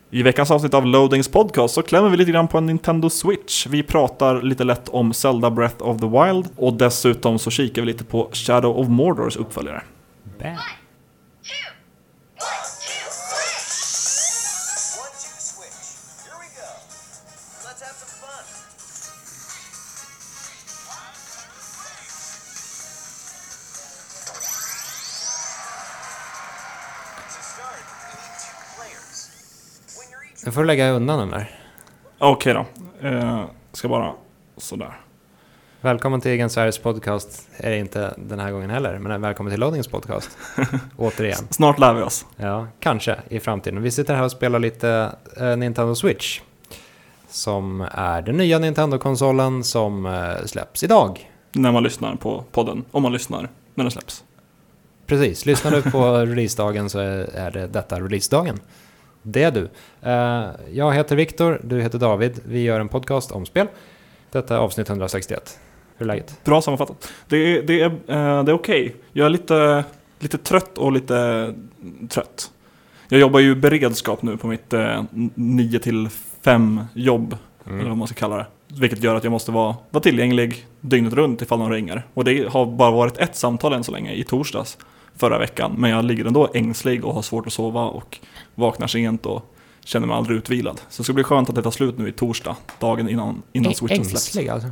I veckans avsnitt av Loadings podcast så klämmer vi lite grann på en Nintendo Switch. Vi pratar lite lätt om Zelda Breath of the Wild och dessutom så kikar vi lite på Shadow of Mordors uppföljare. Bam. Jag får lägga undan den där. Okej då. Ska bara sådär. Välkommen till Egen Sveriges podcast. Är det inte den här gången heller, men välkommen till Loadings podcast. Återigen. Snart lär vi oss. Ja, kanske i framtiden. Vi sitter här och spelar lite Nintendo Switch. Som är den nya Nintendo-konsolen som släpps idag. När man lyssnar på podden. Om man lyssnar när den släpps. Precis. Lyssnar du på releasedagen så är det detta releasedagen. Det är du. Jag heter Viktor, du heter David. Vi gör en podcast om spel. Detta är avsnitt 161. Hur är läget? Bra sammanfattat. Det är okej. Jag är lite trött och lite trött. Jag jobbar ju beredskap nu på mitt 9-5 jobb. Eller vad man ska kalla det. Vilket gör att jag måste vara tillgänglig dygnet runt ifall någon ringer. Och det har bara varit ett samtal än så länge i torsdags förra veckan. Men jag ligger ändå ängslig och har svårt att sova och vaknar sent och känner mig aldrig utvilad. Så det ska bli skönt att det tar slut nu i torsdag, dagen innan Switchen släpps. Ängslig alltså?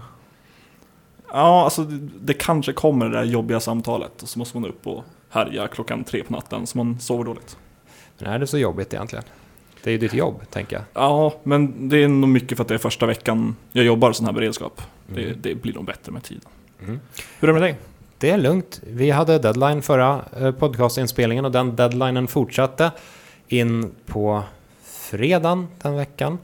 Ja, alltså det kanske kommer det där jobbiga samtalet. Och så måste man upp och härja klockan 3 på natten så man sover dåligt. Men är det så jobbigt egentligen? Det är ju ditt jobb, tänker jag. Ja, men det är nog mycket för att det är första veckan jag jobbar sån här beredskap. Det blir nog bättre med tiden. Hur är det med dig? Det är lugnt. Vi hade deadline förra podcastinspelningen och den deadlinen fortsatte in på fredagen den veckan.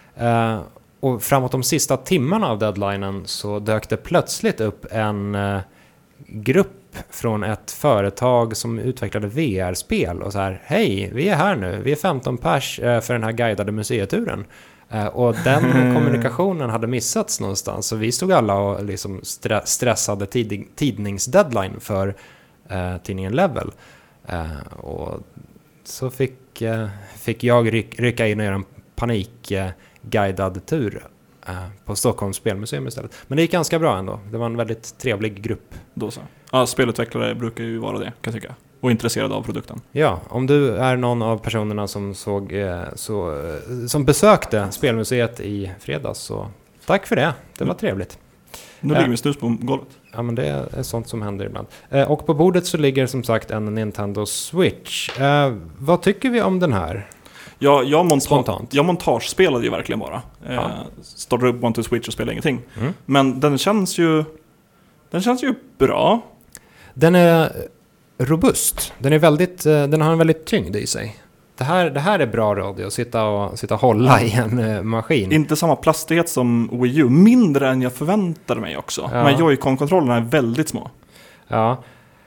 Och framåt de sista timmarna av deadlinen så dök det plötsligt upp en grupp från ett företag som utvecklade VR-spel och så här: hej, vi är här nu, vi är 15 pers för den här guidade museiaturen. Och den kommunikationen hade missats någonstans, så vi stod alla och liksom stressade tidningsdeadline för tidningen Level. Och så fick jag rycka in och göra en panikguidad tur på Stockholms spelmuseum istället. Men det gick ganska bra ändå. Det var en väldigt trevlig grupp. Då så. Ja, spelutvecklare brukar ju vara det, kan jag tycka. Och intresserade av produkten. Ja, om du är någon av personerna som som besökte spelmuseet i fredags, så tack för det. Det var trevligt. Nu ligger vi snus på golvet. Ja, men det är sånt som händer ibland. Och på bordet så ligger som sagt en Nintendo Switch. Vad tycker vi om den här? Jag montagespelade ju verkligen bara. Startade upp One to Switch och spelade ingenting. Men den känns ju bra. Den är robust. Den har en väldigt tyngd i sig. Det här är bra radio, sitta och hålla i en maskin. Inte samma plastighet som Wii U, mindre än jag förväntade mig också. Ja. Men Joy-Con-kontrollerna är väldigt små. Ja.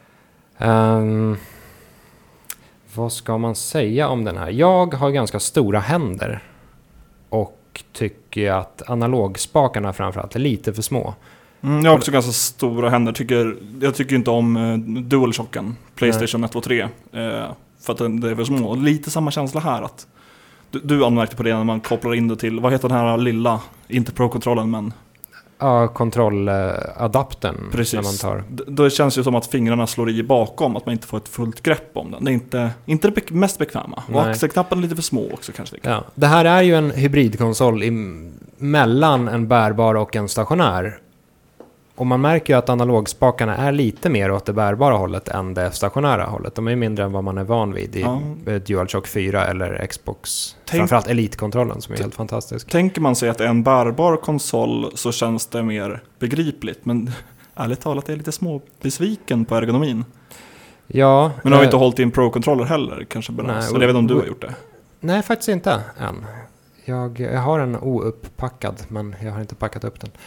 Vad ska man säga om den här? Jag har ganska stora händer och tycker att analogspakarna framförallt är lite för små. Jag har också ganska stora händer. Jag tycker inte om DualShocken, PlayStation 1 och 3, för att det är för små. Lite samma känsla här att du anmärkte på det när man kopplar in det till, vad heter den här lilla, inte Pro-kontrollen men... Ja, kontrolladaptern. Precis. När man tar. Då känns det som att fingrarna slår i bakom, att man inte får ett fullt grepp om den. Det är inte det mest bekväma. Och axelknappen är lite för små också kanske. Ja, det här är ju en hybridkonsol mellan en bärbar och en stationär. Och man märker ju att analogspakarna är lite mer åt det bärbara hållet än det stationära hållet. De är mindre än vad man är van vid i DualShock 4 eller Xbox. Framförallt Elite-kontrollen som är helt fantastisk. Tänker man sig att det är en bärbar konsol så känns det mer begripligt. Men ärligt talat är jag lite små besviken på ergonomin. Ja. Men har vi inte hållit in Pro-controller heller kanske. Så jag vet om du har gjort det. Nej, faktiskt inte än. Jag har en ouppackad, men jag har inte packat upp den.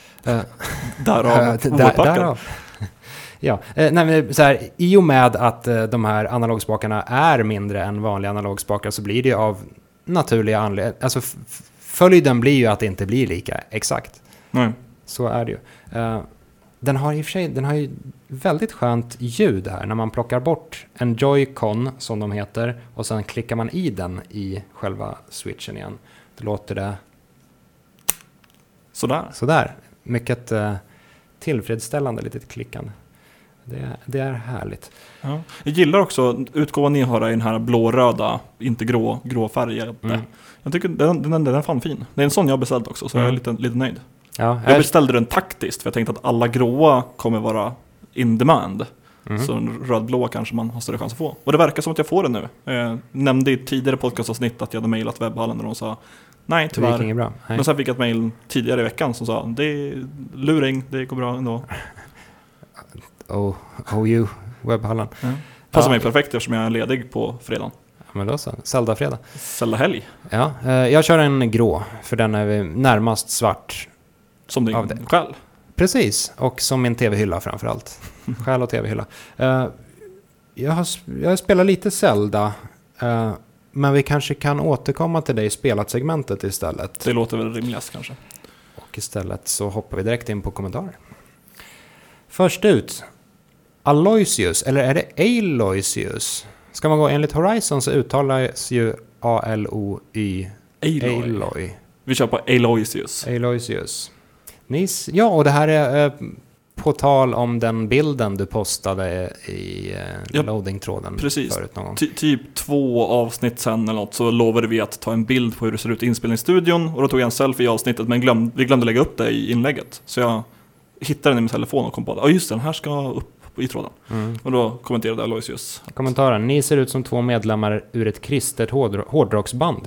Därav. Ja, nej, men så här, i och med att de här analogspakarna är mindre än vanliga analogspakar så blir det ju av naturliga anledningar. Alltså följden blir ju att det inte blir lika exakt. Nej. Så är det ju. Den har ju väldigt skönt ljud här när man plockar bort en Joy-Con som de heter och sen klickar man i den i själva switchen igen. Då låter det sådär. Mycket tillfredsställande litet klickande. Det är härligt. Ja. Jag gillar också utgåvan ni har i den här blå-röda, inte grå färger. Jag tycker den är fan fin. Det är en sån jag beställt också, så jag är lite nöjd. Ja, jag beställde den taktiskt för jag tänkte att alla gråa kommer vara in demand. Så en rödblå kanske man har större chans att få. Och det verkar som att jag får den nu. Jag nämnde i tidigare podcastavsnitt att jag hade mejlat webbhallen och de sa nej tyvärr. Det gick inget bra. Nej. Men sen fick jag ett mejl tidigare i veckan som sa det är luring, det går bra ändå. You, webbhallen. Passar mig perfekt eftersom jag är ledig på fredagen. Ja, men då så. Zelda-fredag. Zelda-helg. Ja, jag kör en grå, för den är närmast svart. Som din själ. Precis, och som min tv-hylla framförallt. Själ och tv-hylla. Jag har spelat lite Zelda, men vi kanske kan återkomma till det i spelat-segmentet istället. Det låter väl rimligast kanske. Och istället så hoppar vi direkt in på kommentarer. Först ut, Aloysius, eller är det Aloysius? Ska man gå enligt Horizon så uttalas ju A-L-O-Y. Aloy. Vi kör på Aloysius. Aloysius. Ja, och det här är på tal om den bilden du postade i loading-tråden förut någon gång. Typ 2 avsnitt sen eller något så lovade vi att ta en bild på hur det ser ut i inspelningsstudion. Och då tog jag en selfie i avsnittet, men vi glömde lägga upp det i inlägget. Så jag hittade den i min telefon och kom på att just den här ska upp i tråden. Och då kommenterade Aloysius. Kommentaren, ni ser ut som 2 medlemmar ur ett kristet hårdrocksband.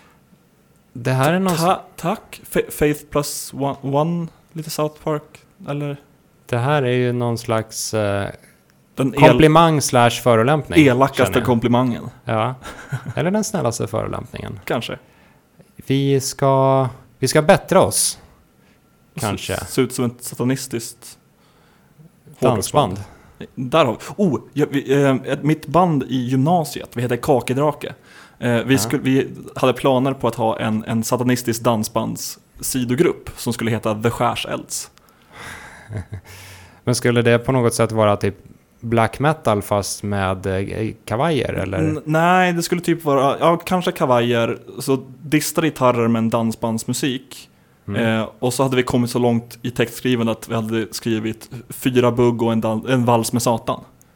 Det här är någon... Tack. Faith plus one, lite South Park, eller? Det här är ju någon slags komplimang / förolämpning. Elakaste komplimangen. Ja, eller den snällaste förolämpningen. Kanske. Vi ska bättra oss. Kanske. Se ut som ett satanistiskt dansband. Där har vi. Mitt band i gymnasiet, vi heter Kakedrake. Vi hade planer på att ha en satanistisk dansbands sidogrupp som skulle heta The Skärselds. Men skulle det på något sätt vara typ black metal fast med kavajer eller? Nej, det skulle typ vara kanske kavajer, så distade gitarrer med en dansbandsmusik. Och så hade vi kommit så långt i textskrivandet att vi hade skrivit 4 bugg och en vals med satan.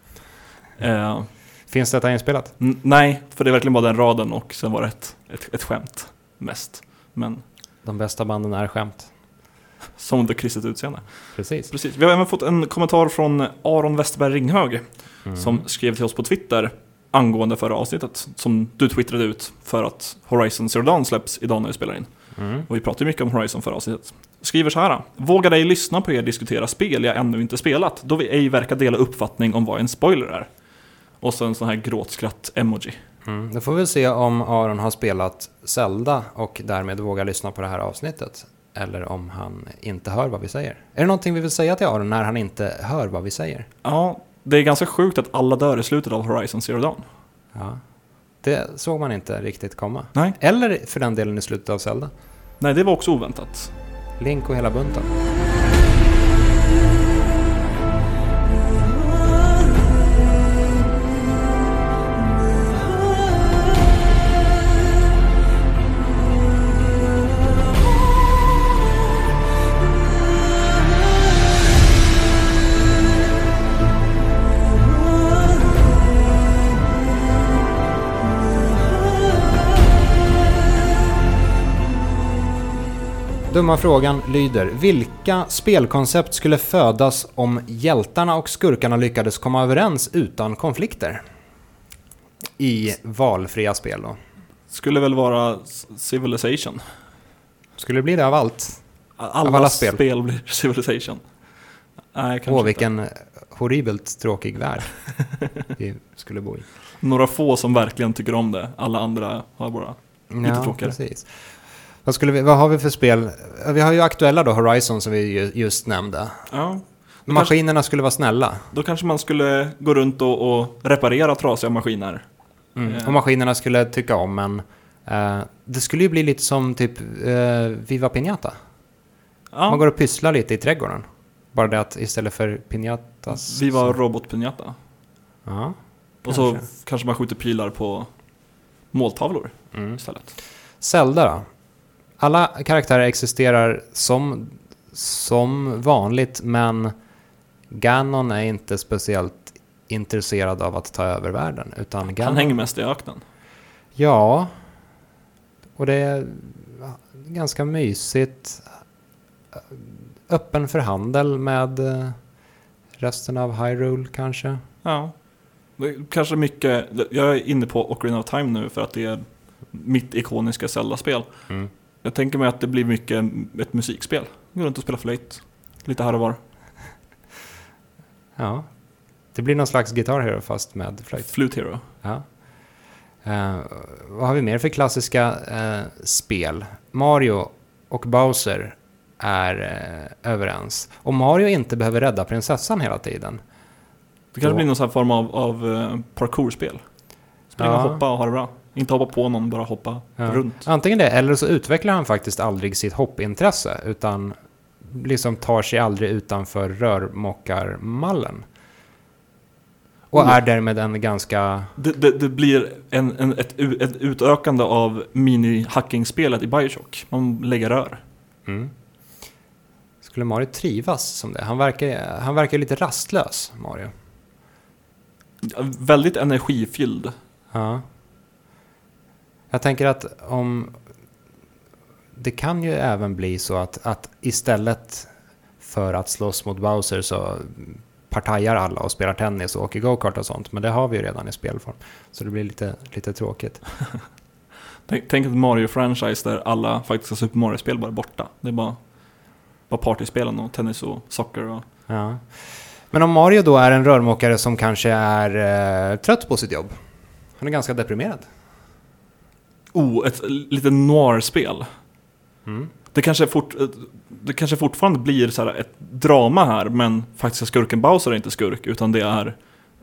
Finns detta inspelat? Nej, för det är verkligen bara den raden och sen var det ett skämt mest. Men de bästa banden är skämt. Som det kristet utseende. Precis. Vi har även fått en kommentar från Aron Westerberg Ringhög som skrev till oss på Twitter angående förra avsnittet som du twittrade ut för att Horizon Zero Dawn släpps idag när vi spelar in. Och vi pratar mycket om Horizon förra avsnittet. Skriver så här: vågar ej lyssna på er diskutera spel jag ännu inte spelat, då vi ej verkar dela uppfattning om vad en spoiler är. Och så en sån här gråtskratt-emoji. Då får vi se om Aron har spelat Zelda och därmed vågar lyssna på det här avsnittet. Eller om han inte hör vad vi säger. Är det någonting vi vill säga till Aron när han inte hör vad vi säger? Ja, det är ganska sjukt att alla dör i slutet av Horizon Zero Dawn. Ja, det såg man inte riktigt komma. Nej. Eller för den delen i slutet av Zelda. Nej, det var också oväntat. Link och hela bunten. Dumma frågan lyder: vilka spelkoncept skulle födas om hjältarna och skurkarna lyckades komma överens utan konflikter? I valfria spel då. Skulle väl vara Civilization. Skulle det bli det av allt? Av alla spel blir Civilization. Nej, kanske vilken horribelt tråkig värld vi skulle bo i. Några få som verkligen tycker om det. Alla andra har bara lite tråkigare. Precis. Vad har vi för spel? Vi har ju aktuella då, Horizon som vi just nämnde. Ja. Maskinerna skulle vara snälla. Då kanske man skulle gå runt och reparera trasiga maskiner. Och maskinerna skulle tycka om, men det skulle ju bli lite som typ Viva Piñata. Ja. Man går och pysslar lite i trädgården. Bara det att istället för piñata Piñatas. Vi var robotpinjata. Ja, och så kanske man skjuter pilar på måltavlor istället. Zelda då? Alla karaktärer existerar som vanligt, men Ganon är inte speciellt intresserad av att ta över världen. Utan Ganon, han hänger mest i öknen. Ja, och det är ganska mysigt. Öppen för handel med resten av Hyrule kanske. Ja, det är kanske mycket. Jag är inne på Ocarina of Time nu för att det är mitt ikoniska Zelda-spel. Jag tänker mig att det blir mycket ett musikspel. Gå runt och spela flöjt lite här och var. Ja, det blir någon slags Guitar Hero fast med flöjt. Flute Hero. Ja. Vad har vi mer för klassiska spel? Mario och Bowser är överens. Om Mario inte behöver rädda prinsessan hela tiden. Det kanske blir någon sån här form av parkourspel. Springa och hoppa och ha det bra. Inte hoppa på någon, bara hoppa runt. Antingen det, eller så utvecklar han faktiskt aldrig sitt hoppintresse, utan liksom tar sig aldrig utanför rörmokarmallen. Och är därmed en ganska... Det blir ett utökande av mini-hacking-spelet i Bioshock. Man lägger rör. Skulle Mario trivas som det? Han verkar lite rastlös, Mario. Väldigt energifylld. Ja. Jag tänker att det kan ju även bli så att istället för att slåss mot Bowser så partajar alla och spelar tennis och åker go-kart och sånt. Men det har vi ju redan i spelform. Så det blir lite tråkigt. Tänk ett Mario-franchise där alla faktiska Super Mario-spel bara är borta. Det är bara partyspelen och tennis och socker. Och... Ja. Men om Mario då är en rörmokare som kanske är trött på sitt jobb. Han är ganska deprimerad. Ett lite noir-spel. Det kanske fortfarande blir så här ett drama här, men faktiskt skurken Bowser är inte skurk, utan det är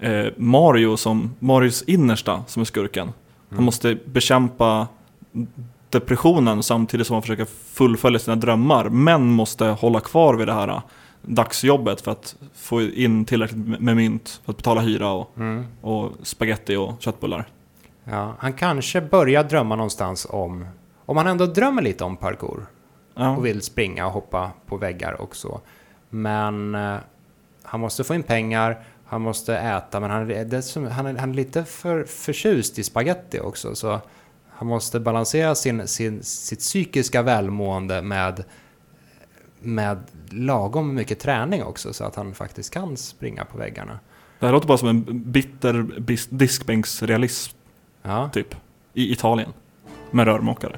Marios innersta som är skurken. Han måste bekämpa depressionen samtidigt som han försöker fullfölja sina drömmar, men måste hålla kvar vid det här dagsjobbet för att få in tillräckligt med mynt för att betala hyra och spaghetti och köttbullar. Ja, han kanske börjar drömma någonstans om han ändå drömmer lite om parkour och vill springa och hoppa på väggar och så. Men han måste få in pengar, han måste äta, men han är lite för förtjust i spaghetti också, så han måste balansera sitt psykiska välmående med lagom mycket träning också, så att han faktiskt kan springa på väggarna. Det här låter bara som en bitter diskbänksrealism typ i Italien med rörmokare.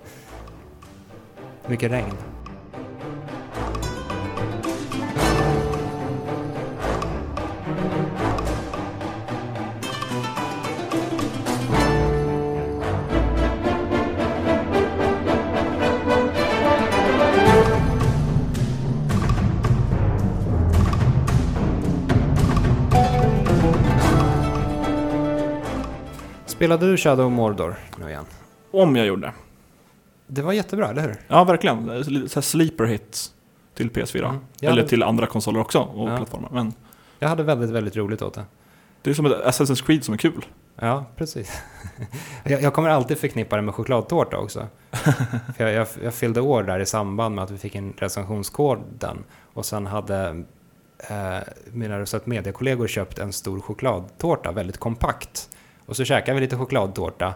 Mycket regn. Spelade du Shadow of Mordor nu igen? Om jag gjorde. Det var jättebra, eller hur? Ja, verkligen. Så här sleeper hits till PS4. Eller till andra konsoler också och plattformar. Men jag hade väldigt, väldigt roligt åt det. Det är som ett Assassin's Creed som är kul. Ja, precis. Jag kommer alltid förknippa det med chokladtårta också. För jag fyllde år där i samband med att vi fick en recensionskoden. Och sen hade mina mediekollegor köpt en stor chokladtårta, väldigt kompakt. Och så käkade vi lite chokladtårta.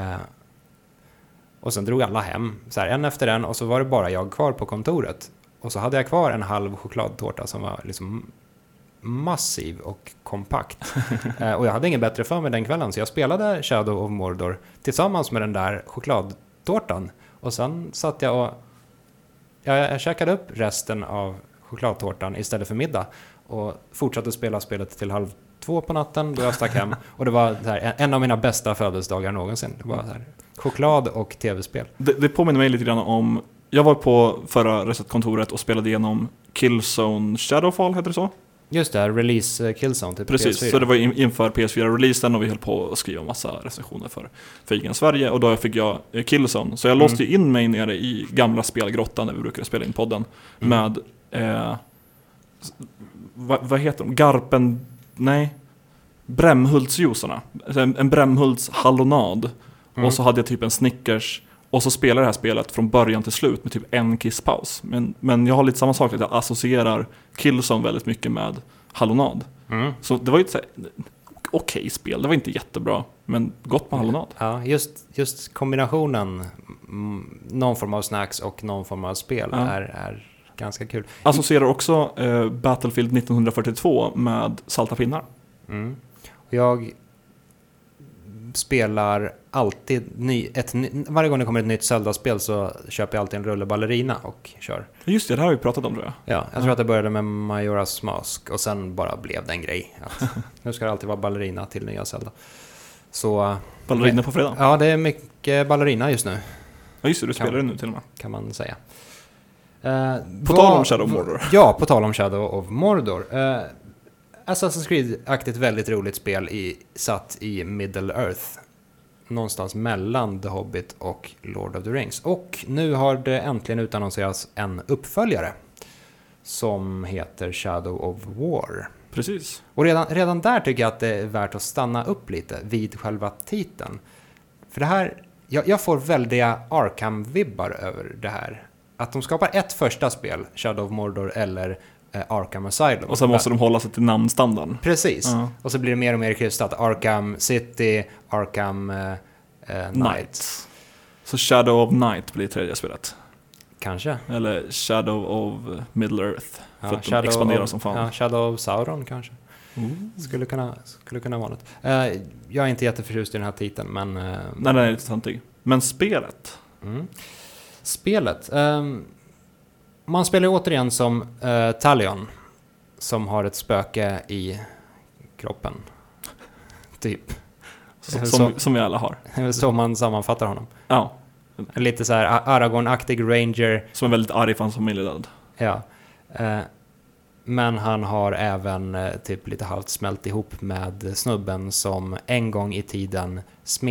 Och sen drog alla hem, så här, en efter en. Och så var det bara jag kvar på kontoret. Och så hade jag kvar en halv chokladtårta som var liksom massiv och kompakt. Och jag hade ingen bättre för mig den kvällen. Så jag spelade Shadow of Mordor tillsammans med den där chokladtårtan. Och sen satt jag och... Jag käkade upp resten av chokladtårtan istället för middag. Och fortsatte spela spelet till 1:30 på natten då jag stack hem. Och det var så här, en av mina bästa födelsedagar någonsin. Det var så här, choklad och tv-spel. Det påminner mig lite grann om... Jag var på förra Reset-kontoret och spelade igenom Killzone Shadowfall, heter det så? Just det, release Killzone till Precis, PS4. så det var inför PS4-releasen och vi höll på att skriva massa recensioner för IGN Sverige. Och då fick jag Killzone. Så jag låste in mig nere i gamla spelgrottan där vi brukade spela in podden. Med vad heter de? Garpen... Nej. Brämhultsjuicerna. En Brämhults hallonad. Och så hade jag typ en Snickers. Och så spelade det här spelet från början till slut med typ en kisspaus. Men jag har lite samma sak, att jag associerar Killzone väldigt mycket med hallonad. Så det var ju ett okej spel. Det var inte jättebra, men gott med hallonad. Ja, just kombinationen någon form av snacks och någon form av spel är ganska kul. Associerar också Battlefield 1942 med salta pinnar. Jag spelar alltid varje gång det kommer ett nytt Zelda-spel så köper jag alltid en rulle ballerina och kör. Just det, det här har vi pratat om, tror jag. Ja, jag tror att det började med Majora's Mask och sen bara blev det en grej. Nu ska det alltid vara ballerina till nya Zelda. Så, ballerina på fredag? Ja, det är mycket ballerina just nu. Ja, just det, du spelar det nu till och med. Kan man säga. På tal om Shadow of Mordor. Ja, på tal om Shadow of Mordor. Assassin's Creed-aktigt väldigt roligt spel satt i Middle Earth. Någonstans mellan The Hobbit och Lord of the Rings. Och nu har det äntligen utannonserats en uppföljare som heter Shadow of War. Precis. Och redan där tycker jag att det är värt att stanna upp lite vid själva titeln. För det här, jag får väldiga Arkham-vibbar över det här. Att de skapar ett första spel, Shadow of Mordor eller Arkham Asylum. Och sen måste de hålla sig till namnstandarden. Precis. Och så blir det mer och mer krystat. Arkham City, Arkham Knight. Så Shadow of Night blir tredje spelet. Kanske. Eller Shadow of Middle Earth. För att de Shadow expanderar of, som fan. Ja, Shadow of Sauron kanske. Skulle kunna vara något. Jag är inte jätteförtjust i den här titeln, men... Nej, det är inte sant. Men spelet? Spelet? Man spelar återigen som Talion, som har ett spöke i kroppen. Typ. Som vi alla har. Det är så man sammanfattar honom. Ja. Lite så här Aragorn-aktig ranger. Som är väldigt arg för hans familjedöd. Ja. Men han har även typ lite halvt smält ihop med snubben som en gång i tiden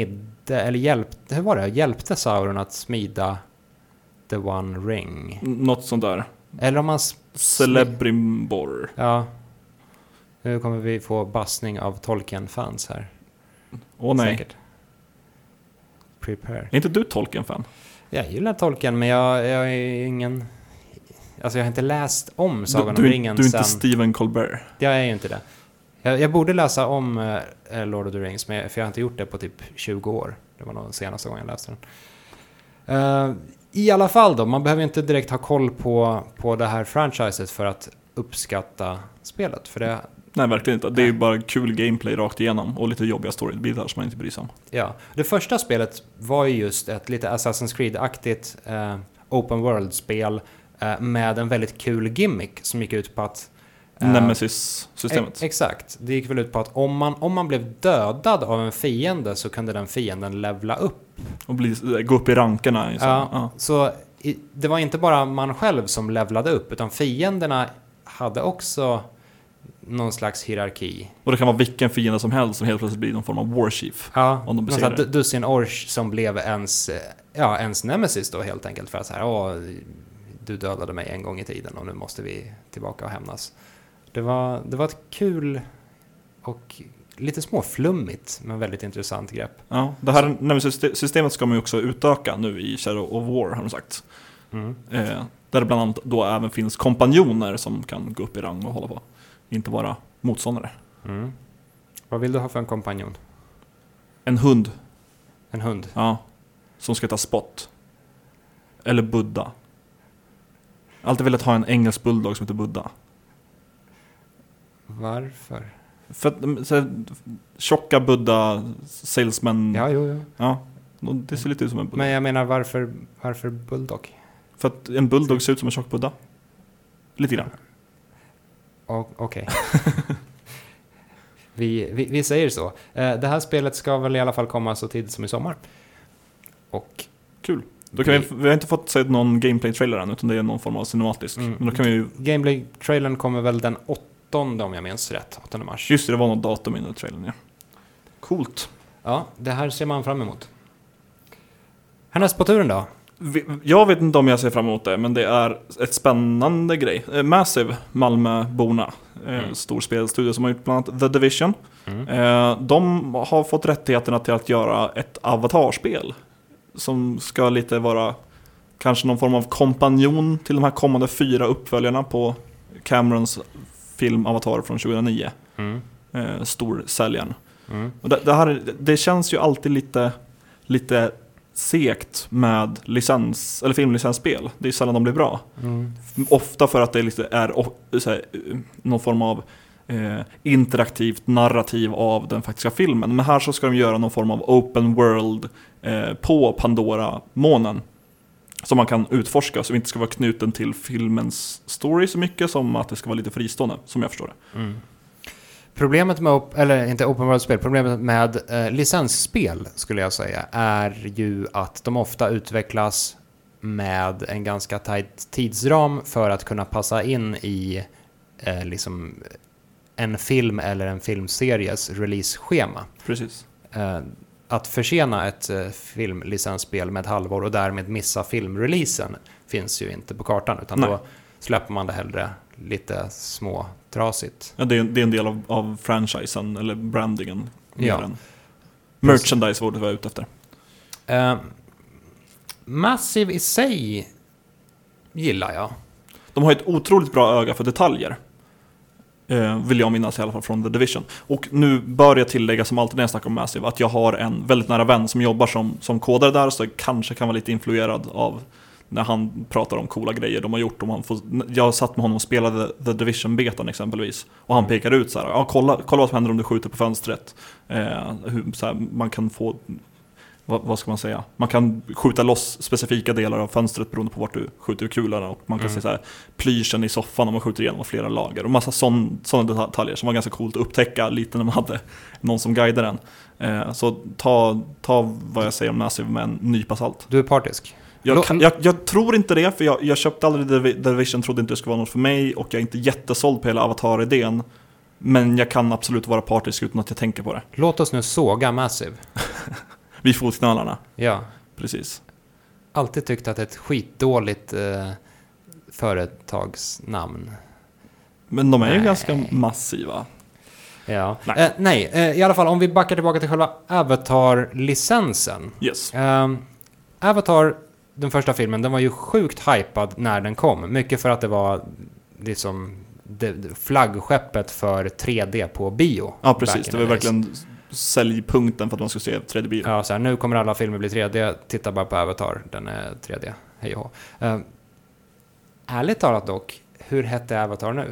hjälpte Sauron att smida The One Ring. Något sånt där. Eller om man... Celebrimbor. Ja. Nu kommer vi få bassning av Tolkien-fans här. Åh nej. Säkert. Prepare. Är inte du Tolkien-fan? Jag gillar Tolkien, men jag är ingen... Alltså jag har inte läst om Sagan om ringen sen... Du är inte sen... Stephen Colbert. Jag är ju inte det. Jag borde läsa om Lord of the Rings, för jag har inte gjort det på typ 20 år. Det var nog den senaste gången jag läste den. I alla fall då, man behöver inte direkt ha koll på det här franchiset för att uppskatta spelet. För det... Nej, verkligen inte. Det är ju bara kul gameplay rakt igenom och lite jobbiga storybitar som man inte bryr sig om. Ja, det första spelet var ju just ett lite Assassin's Creed-aktigt open world-spel med en väldigt kul gimmick som gick ut på att... Nemesis-systemet. Exakt. Det gick väl ut på att om man blev dödad av en fiende så kunde den fienden levla upp. Och gå upp i rankerna. Så det var inte bara man själv som levlade upp, utan fienderna hade också någon slags hierarki. Och det kan vara vilken fiende som helst som helt plötsligt blir någon form av warchief. Ja, om de besegrar det. Dussin Orch som blev ens nemesis då helt enkelt, för att så här, du dödade mig en gång i tiden och nu måste vi tillbaka och hämnas. Det var ett kul och lite småflummigt men väldigt intressant grepp. Ja, det här Nemesis-systemet ska man ju också utöka nu i Shadow of War, har de sagt. Där det bland annat då även finns kompanjoner som kan gå upp i rang och hålla på. Inte bara motståndare. Vad vill du ha för en kompanjon? En hund. En hund? Ja, som ska ta spott. Eller Buddha. Jag har alltid velat ha en engelsk bulldog som heter Buddha. Varför? För att tjocka Buddha salesman. Ja, det ser lite ut som en Buddha. Men jag menar varför bulldog? För att en bulldog ser ut som en tjock Buddha. Lite grann. Okej. Vi säger så. Det här spelet ska väl i alla fall komma så tidigt som i sommar. Och kul. Då kan vi har inte fått se någon gameplay-trailer än, utan det är någon form av cinematisk. Men då kan vi ju... Gameplay-trailern kommer väl den 8:e om jag minns rätt. 8 mars. Just det, var något datum i den trailern, ja. Coolt. Ja, det här ser man fram emot. Härnäst på turen då. Jag vet inte om jag ser fram emot det, men det är ett spännande grej. Massive, Malmöborna, stor spelstudio som har gjort bland annat The Division. De har fått rättigheterna till att göra ett avatarspel som ska lite vara kanske någon form av kompanjon till de här kommande 4 uppföljarna på Camerons film Avatar från 2009. Storsäljaren. Och det känns ju alltid lite segt med licens eller filmlicensspel. Det är sällan de blir bra. Ofta för att det är någon form av interaktivt narrativ av den faktiska filmen. Men här så ska de göra någon form av open world på Pandora-månen som man kan utforska, som inte ska vara knuten till filmens story så mycket som att det ska vara lite fristående, som jag förstår det. Problemet med, eller inte open world-spel, problemet med licensspel skulle jag säga är ju att de ofta utvecklas med en ganska tight tidsram för att kunna passa in i liksom en film eller en filmseries release-schema. Precis. Att försena ett filmlicensspel med ett halvår och därmed missa filmreleasen finns ju inte på kartan, utan då släpper man det hellre lite småtrasigt. Ja, det är en del av franchisen eller brandingen. Ja. Merchandise var det var ute efter. Massive i sig gillar jag. De har ett otroligt bra öga för detaljer. Vill jag minnas i alla fall från The Division. Och nu bör jag tillägga, som alltid när jag snackar om Massive, att jag har en väldigt nära vän som jobbar som kodare där, så jag kanske kan vara lite influerad av när han pratar om coola grejer de har gjort. Jag satt med honom och spelade The Division-betan exempelvis, och han pekar ut så här: kolla vad som händer om du skjuter på fönstret. Så här, man kan få, vad ska man säga? Man kan skjuta loss specifika delar av fönstret beroende på vart du skjuter kulorna, och man kan se så här plyschen i soffan om man skjuter igenom flera lager och massa sådana detaljer som var ganska coolt att upptäcka lite när man hade någon som guidade den. Så ta vad jag säger om Massive med en nypa salt. Du är partisk. Jag tror inte det, för jag köpte aldrig The Division, trodde inte det skulle vara något för mig, och jag är inte jättesåld på hela Avatar-idén. Men jag kan absolut vara partisk utan att jag tänker på det. Låt oss nu såga Massive. Vid fotknölarna. Ja. Precis. Alltid tyckt att ett skitdåligt företagsnamn. Men de är ju ganska massiva. Ja. Nej. I alla fall om vi backar tillbaka till själva Avatar-licensen. Yes. Avatar, den första filmen, den var ju sjukt hypad när den kom. Mycket för att det var liksom flaggskeppet för 3D på bio. Ja, precis. Det var verkligen säljpunkten för att man skulle se 3D-bio. Ja, så här, nu kommer alla filmer bli 3D. Titta bara på Avatar, den är 3D. Hej och hå. Ärligt talat dock, hur hette Avatar nu?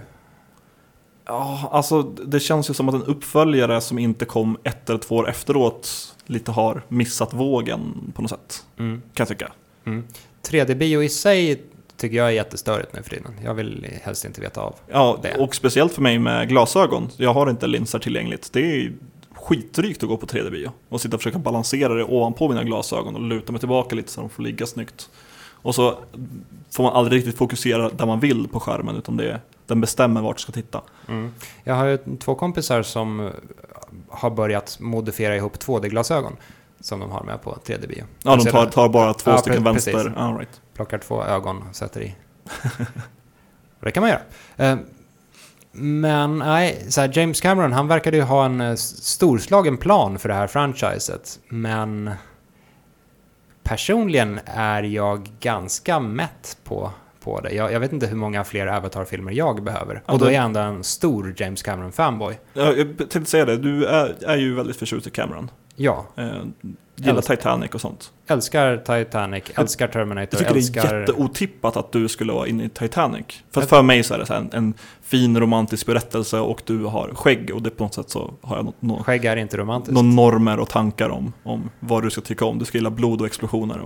Ja, alltså det känns ju som att en uppföljare som inte kom 1 eller 2 år efteråt lite har missat vågen på något sätt. Kan jag tycka. 3D-bio i sig tycker jag är jättestörigt nu för tiden. Jag vill helst inte veta av det. Och speciellt för mig med glasögon. Jag har inte linser tillgängligt. Det är skitdrygt att gå på 3D-bio och sitta och försöka balansera det ovanpå mina glasögon och luta mig tillbaka lite så de får ligga snyggt. Och så får man aldrig riktigt fokusera där man vill på skärmen, utan den bestämmer vart du ska titta. Jag har ju 2 kompisar som har börjat modifiera ihop 2D-glasögon som de har med på 3D-bio. Ja, de tar bara 2 stycken vänster. Ah, right. Plockar 2 ögon och sätter i. Det kan man göra. Men nej, så här, James Cameron, han verkade ju ha en storslagen plan för det här franchiset. Men personligen är jag ganska mätt på det. Jag vet inte hur många fler Avatar-filmer jag behöver. Och då är jag ändå en stor James Cameron-fanboy. Jag tänkte säga det, du är ju väldigt förtjust i Cameron. Ja. Gillar Titanic och sånt. Älskar Titanic, älskar Terminator. Jag tycker det är jätteotippat att du skulle vara inne i Titanic. För mig så är det så här en fin romantisk berättelse, och du har skägg, och det på något sätt så har jag skägg är inte romantiskt. Någon normer och tankar om vad du ska tycka om. Du ska gilla blod och explosioner.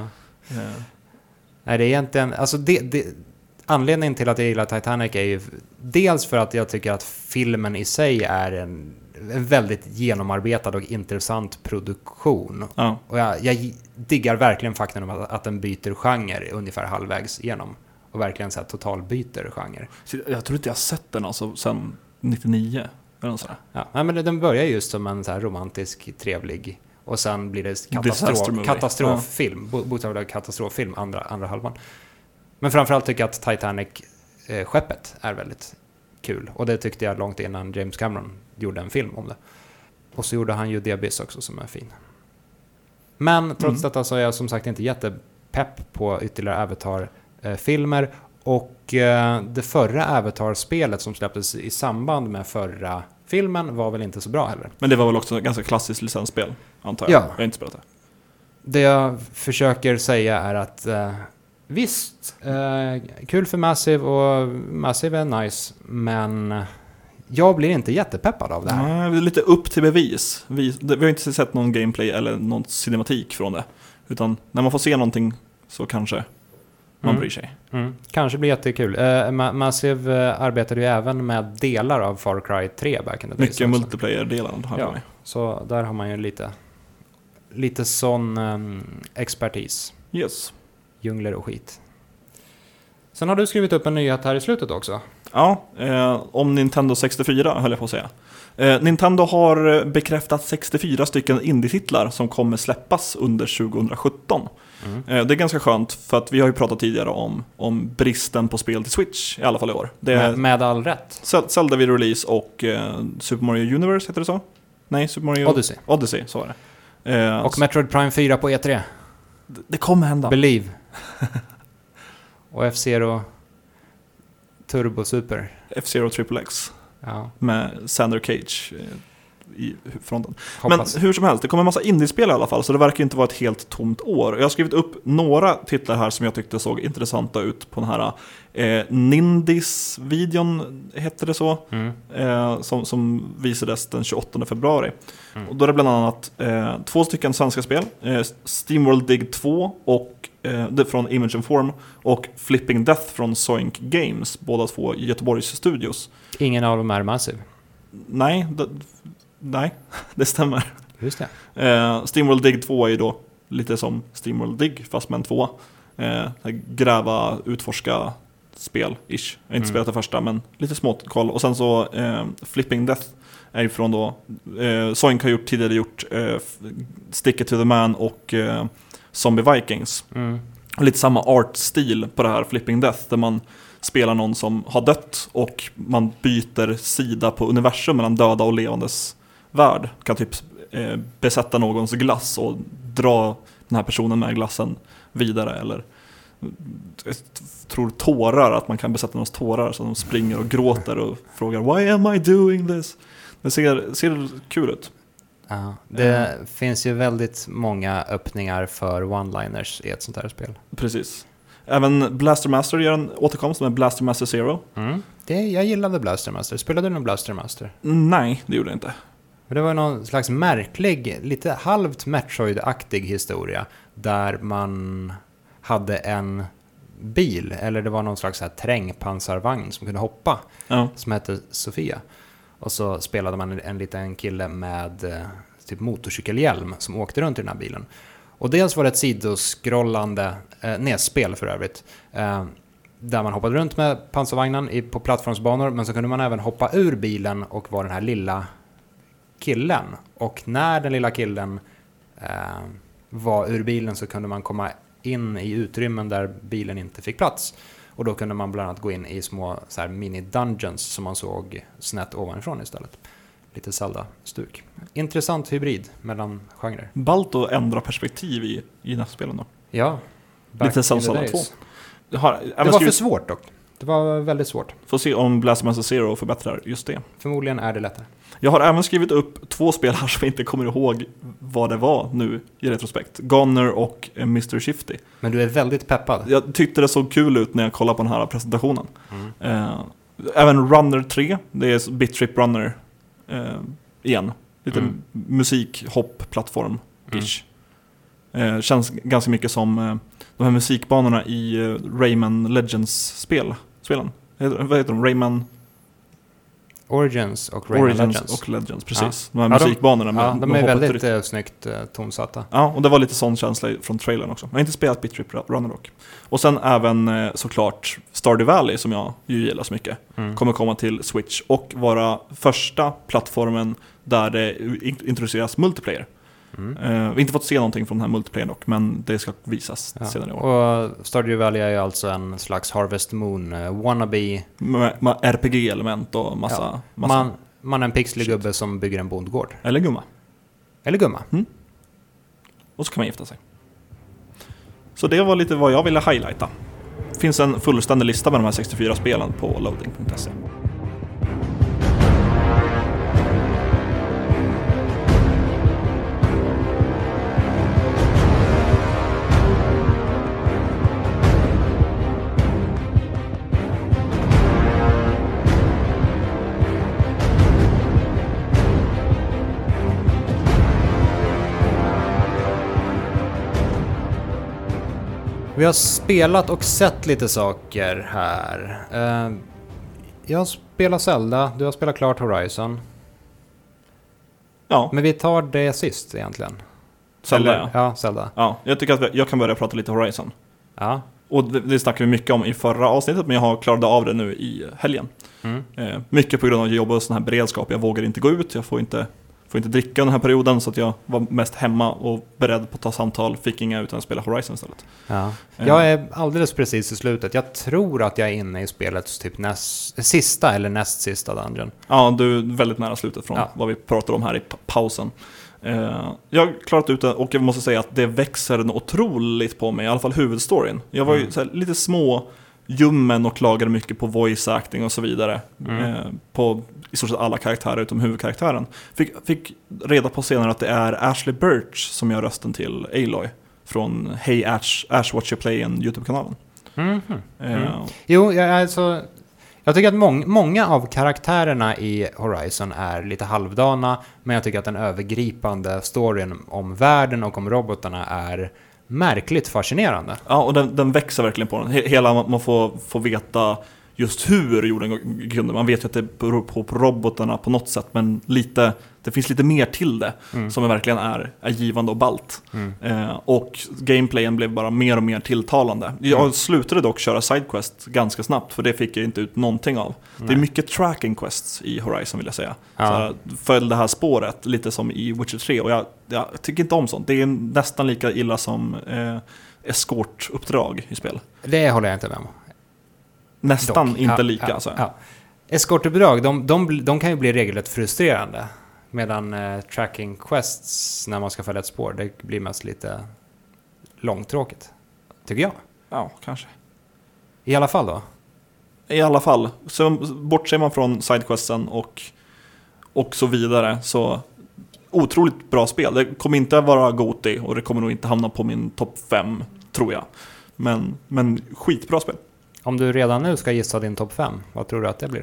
Nej, det är egentligen... Alltså anledningen till att jag gillar Titanic är ju dels för att jag tycker att filmen i sig är en väldigt genomarbetad och intressant produktion. Ja. Och jag diggar verkligen faktum om att den byter genre ungefär halvvägs igenom. Och verkligen så här totalbyter genre. Jag tror inte jag har sett den alltså sedan 99. Eller så. Ja, men den börjar just som en så här romantisk, trevlig och sen blir det Disaster katastroffilm, bokstavligt katastroffilm andra halvan. Men framförallt tycker jag att Titanic-skeppet är väldigt kul, och det tyckte jag långt innan James Cameron gjorde en film om det. Och så gjorde han ju The Abyss också som är fin. Men trots detta så är jag som sagt inte jättepepp på ytterligare Avatar-filmer. Och det förra Avatar-spelet som släpptes i samband med förra filmen var väl inte så bra heller. Men det var väl också ett ganska klassiskt licensspel, antar jag. Ja. Jag har inte spelat det. Det jag försöker säga är att visst, kul för Massive, och Massive är nice, men jag blir inte jättepeppad av det här. Nej, det är lite upp till bevis. Vi har inte sett någon gameplay eller någon cinematik från det. Utan när man får se någonting så kanske man bryr sig. Kanske blir jättekul. Massive arbetade ju även med delar av Far Cry 3 back in the days. Mycket multiplayer-delar har jag med. Så där har man ju lite sån expertis. Yes. Djungler och skit. Sen har du skrivit upp en nyhet här i slutet också. Ja, om Nintendo 64 höll jag på att säga. Nintendo har bekräftat 64 stycken indie-titlar som kommer släppas under 2017. Det är ganska skönt, för att vi har ju pratat tidigare om bristen på spel till Switch, i alla fall i år. Det är med all rätt. Zelda vid release och Super Mario Universe, heter det så? Nej, Super Mario Odyssey, så är det. Och Metroid Prime 4 på E3. Det kommer hända. Believe. Och F-Zero Turbo Super. F-Zero XXX. Ja. Med Sander Cage i fronten. Hoppas. Men hur som helst, det kommer en massa indiespel i alla fall, så det verkar inte vara ett helt tomt år. Jag har skrivit upp några titlar här som jag tyckte såg intressanta ut på den här Nindis-videon, hette det så, som visades den 28 februari. Och då är det bland annat 2 stycken svenska spel, SteamWorld Dig 2 och det från Image and Form, och Flipping Death från Zoink Games, båda två i Göteborgs studios. Ingen av dem är Massive. Nej, det stämmer. Just det. SteamWorld Dig 2 är ju då lite som SteamWorld Dig, fast med en 2. Gräva, utforska spel-ish. Jag har inte spelat det första, men lite smått koll. Och sen så Flipping Death är ju från då Zoink har tidigare gjort Stick It To The Man och Zombie Vikings. Och lite samma artstil på det här Flipping Death, där man spelar någon som har dött och man byter sida på universum mellan döda och levandes värld. Kan typ besätta någons glass och dra den här personen med glassen vidare, eller jag tror tårar, att man kan besätta någons tårar så de springer och gråter och frågar "Why am I doing this?" Det ser kul ut. Ja, det finns ju väldigt många öppningar för one-liners i ett sånt här spel. Precis. Även Blaster Master gör en återkomst med Blaster Master Zero. Jag gillade Blaster Master. Spelade du någon Blaster Master? Nej, det gjorde jag inte. Det var någon slags märklig, lite halvt Metroid-aktig historia där man hade en bil, eller det var någon slags här trängpansarvagn som kunde hoppa, som hette Sofia. Och så spelade man en liten kille med typ motorcykelhjälm som åkte runt i den här bilen. Och dels var det ett sidoskrollande spel för övrigt, där man hoppade runt med pansarvagnen på plattformsbanor, men så kunde man även hoppa ur bilen och vara den här lilla killen. Och när den lilla killen var ur bilen så kunde man komma in i utrymmen där bilen inte fick plats. Och då kunde man bland annat gå in i små så här mini-dungeons som man såg snett ovanifrån istället. Lite Zelda-stuk. Intressant hybrid mellan genrer. Ballt att ändra perspektiv i nästa spelen då. Ja. Lite Zelda 2. Det var för svårt dock. Det var väldigt svårt. Får se om Blaster Master Zero förbättrar just det. Förmodligen är det lättare. Jag har även skrivit upp 2 spel här som jag inte kommer ihåg vad det var nu i retrospekt. Goner och Mr. Shifty. Men du är väldigt peppad. Jag tyckte det såg kul ut när jag kollade på den här presentationen. Även Runner 3. Det är Bit Trip Runner igen. Lite musik, hopp, plattform-ish. Känns ganska mycket som de här musikbanorna i Rayman Legends-spelen. Vad heter de? Rayman Origins och Rayman Legends. Och Legends, precis. De här musikbanorna med de är väldigt snyggt tonsatta. Ja, och det var lite sån känsla från trailern också. Jag har inte spelat Bit Trip Runner dock. Och sen även såklart Stardew Valley, som jag ju gillar så mycket, kommer komma till Switch och vara första plattformen där det introduceras multiplayer. Inte fått se någonting från den här multiplayer dock, men det ska visas senare i år. Och Stardew Valley är ju alltså en slags Harvest Moon wannabe. Med RPG-element och massa... Man är en pixlig gubbe som bygger en bondgård. Eller gumma. Och så kan man gifta sig. Så det var lite vad jag ville highlighta. Det finns en fullständig lista med de här 64 spelen på loading.se. Vi har spelat och sett lite saker här. Jag har spelat Zelda, du har spelat klart Horizon. Ja. Men vi tar det sist egentligen. Zelda, ja, Zelda. Ja, jag tycker att jag kan börja prata lite Horizon. Ja. Och det snackade vi mycket om i förra avsnittet, men jag har klarat av det nu i helgen. Mycket på grund av jobb och sån här beredskap. Jag vågar inte gå ut, jag får inte dricka den här perioden, så att jag var mest hemma och beredd på att ta samtal. Fick inga utan att spela Horizon istället. Ja. Jag är alldeles precis i slutet. Jag tror att jag är inne i spelets typ sista eller näst sista dungeon. Ja, du är väldigt nära slutet från vad vi pratade om här i pausen. Jag har klarat ut det, och jag måste säga att det växer otroligt på mig, i alla fall huvudstoryn. Jag var ju så här, lite små ljummen och klagade mycket på voice acting och så vidare på i stort sett alla karaktärer utom huvudkaraktären. Fick reda på senare att det är Ashley Birch som gör rösten till Aloy från Hey Ash Watch You Play, en YouTube-kanalen. Jo, jag tycker att många av karaktärerna i Horizon är lite halvdana, men jag tycker att den övergripande storyn om världen och om robotarna är märkligt fascinerande. Ja, och den växer verkligen på den. Hela man får veta just hur jorden grundar. Man vet ju att det beror på robotarna på något sätt, men det finns lite mer till det som verkligen är givande och ballt. Och gameplayen blev bara mer och mer tilltalande. Jag slutade dock köra sidequest ganska snabbt, för det fick jag inte ut någonting av. Det är mycket tracking quests i Horizon, vill jag säga. Så följ det här spåret, lite som i Witcher 3, och jag tycker inte om sånt. Det är nästan lika illa som eskortuppdrag i spel. Det håller jag inte med om. Nästan dock. Inte lika. Alltså. Eskortuppdrag, de kan ju bli regelrätt frustrerande. Medan tracking quests, när man ska följa ett spår, det blir mest lite långtråkigt. Tycker jag. Ja, kanske. I alla fall då? I alla fall. Så bortser man från sidequesten och så vidare, så otroligt bra spel. Det kommer inte vara GOTY, och det kommer nog inte hamna på min topp 5, tror jag. Men skitbra spel. Om du redan nu ska gissa din topp 5, vad tror du att det blir då?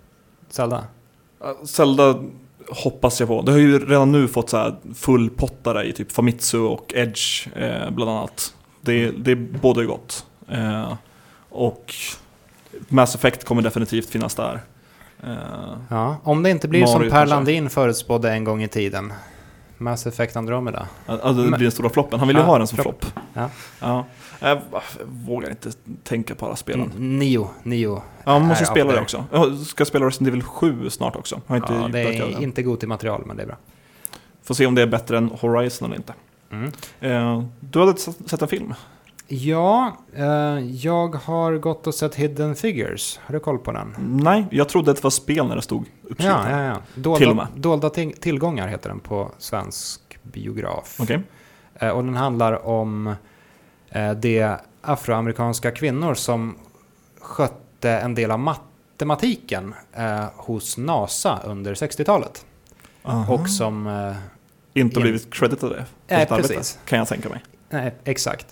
Zelda hoppas jag på. Det har ju redan nu fått så här fullpottare i typ Famitsu och Edge bland annat. Det båda är gott. Och Mass Effect kommer definitivt finnas där. Ja, om det inte blir Mario som Per kanske. Landin förutspådde en gång i tiden. Mass Effect Andromeda. Alltså, det blir den stora floppen. Han vill ju ha den som flopp. Ja. Jag vågar inte tänka på alla spelen. Nio. Ja, man måste spela det också. Jag ska spela Resident Evil 7 snart också. Har inte det är inte god till material, men det är bra. Får se om det är bättre än Horizon eller inte. Du hade sett en film? Ja, jag har gått och sett Hidden Figures. Har du koll på den? Nej, jag trodde att det var spel när det stod uppskrivet. Ja. Dolda tillgångar heter den på svensk biograf. Okay. Och den handlar om de afroamerikanska kvinnor som skötte en del av matematiken hos NASA under 60-talet. Och som... inte blivit creditade för precis. Kan jag tänka mig. Nej, exakt.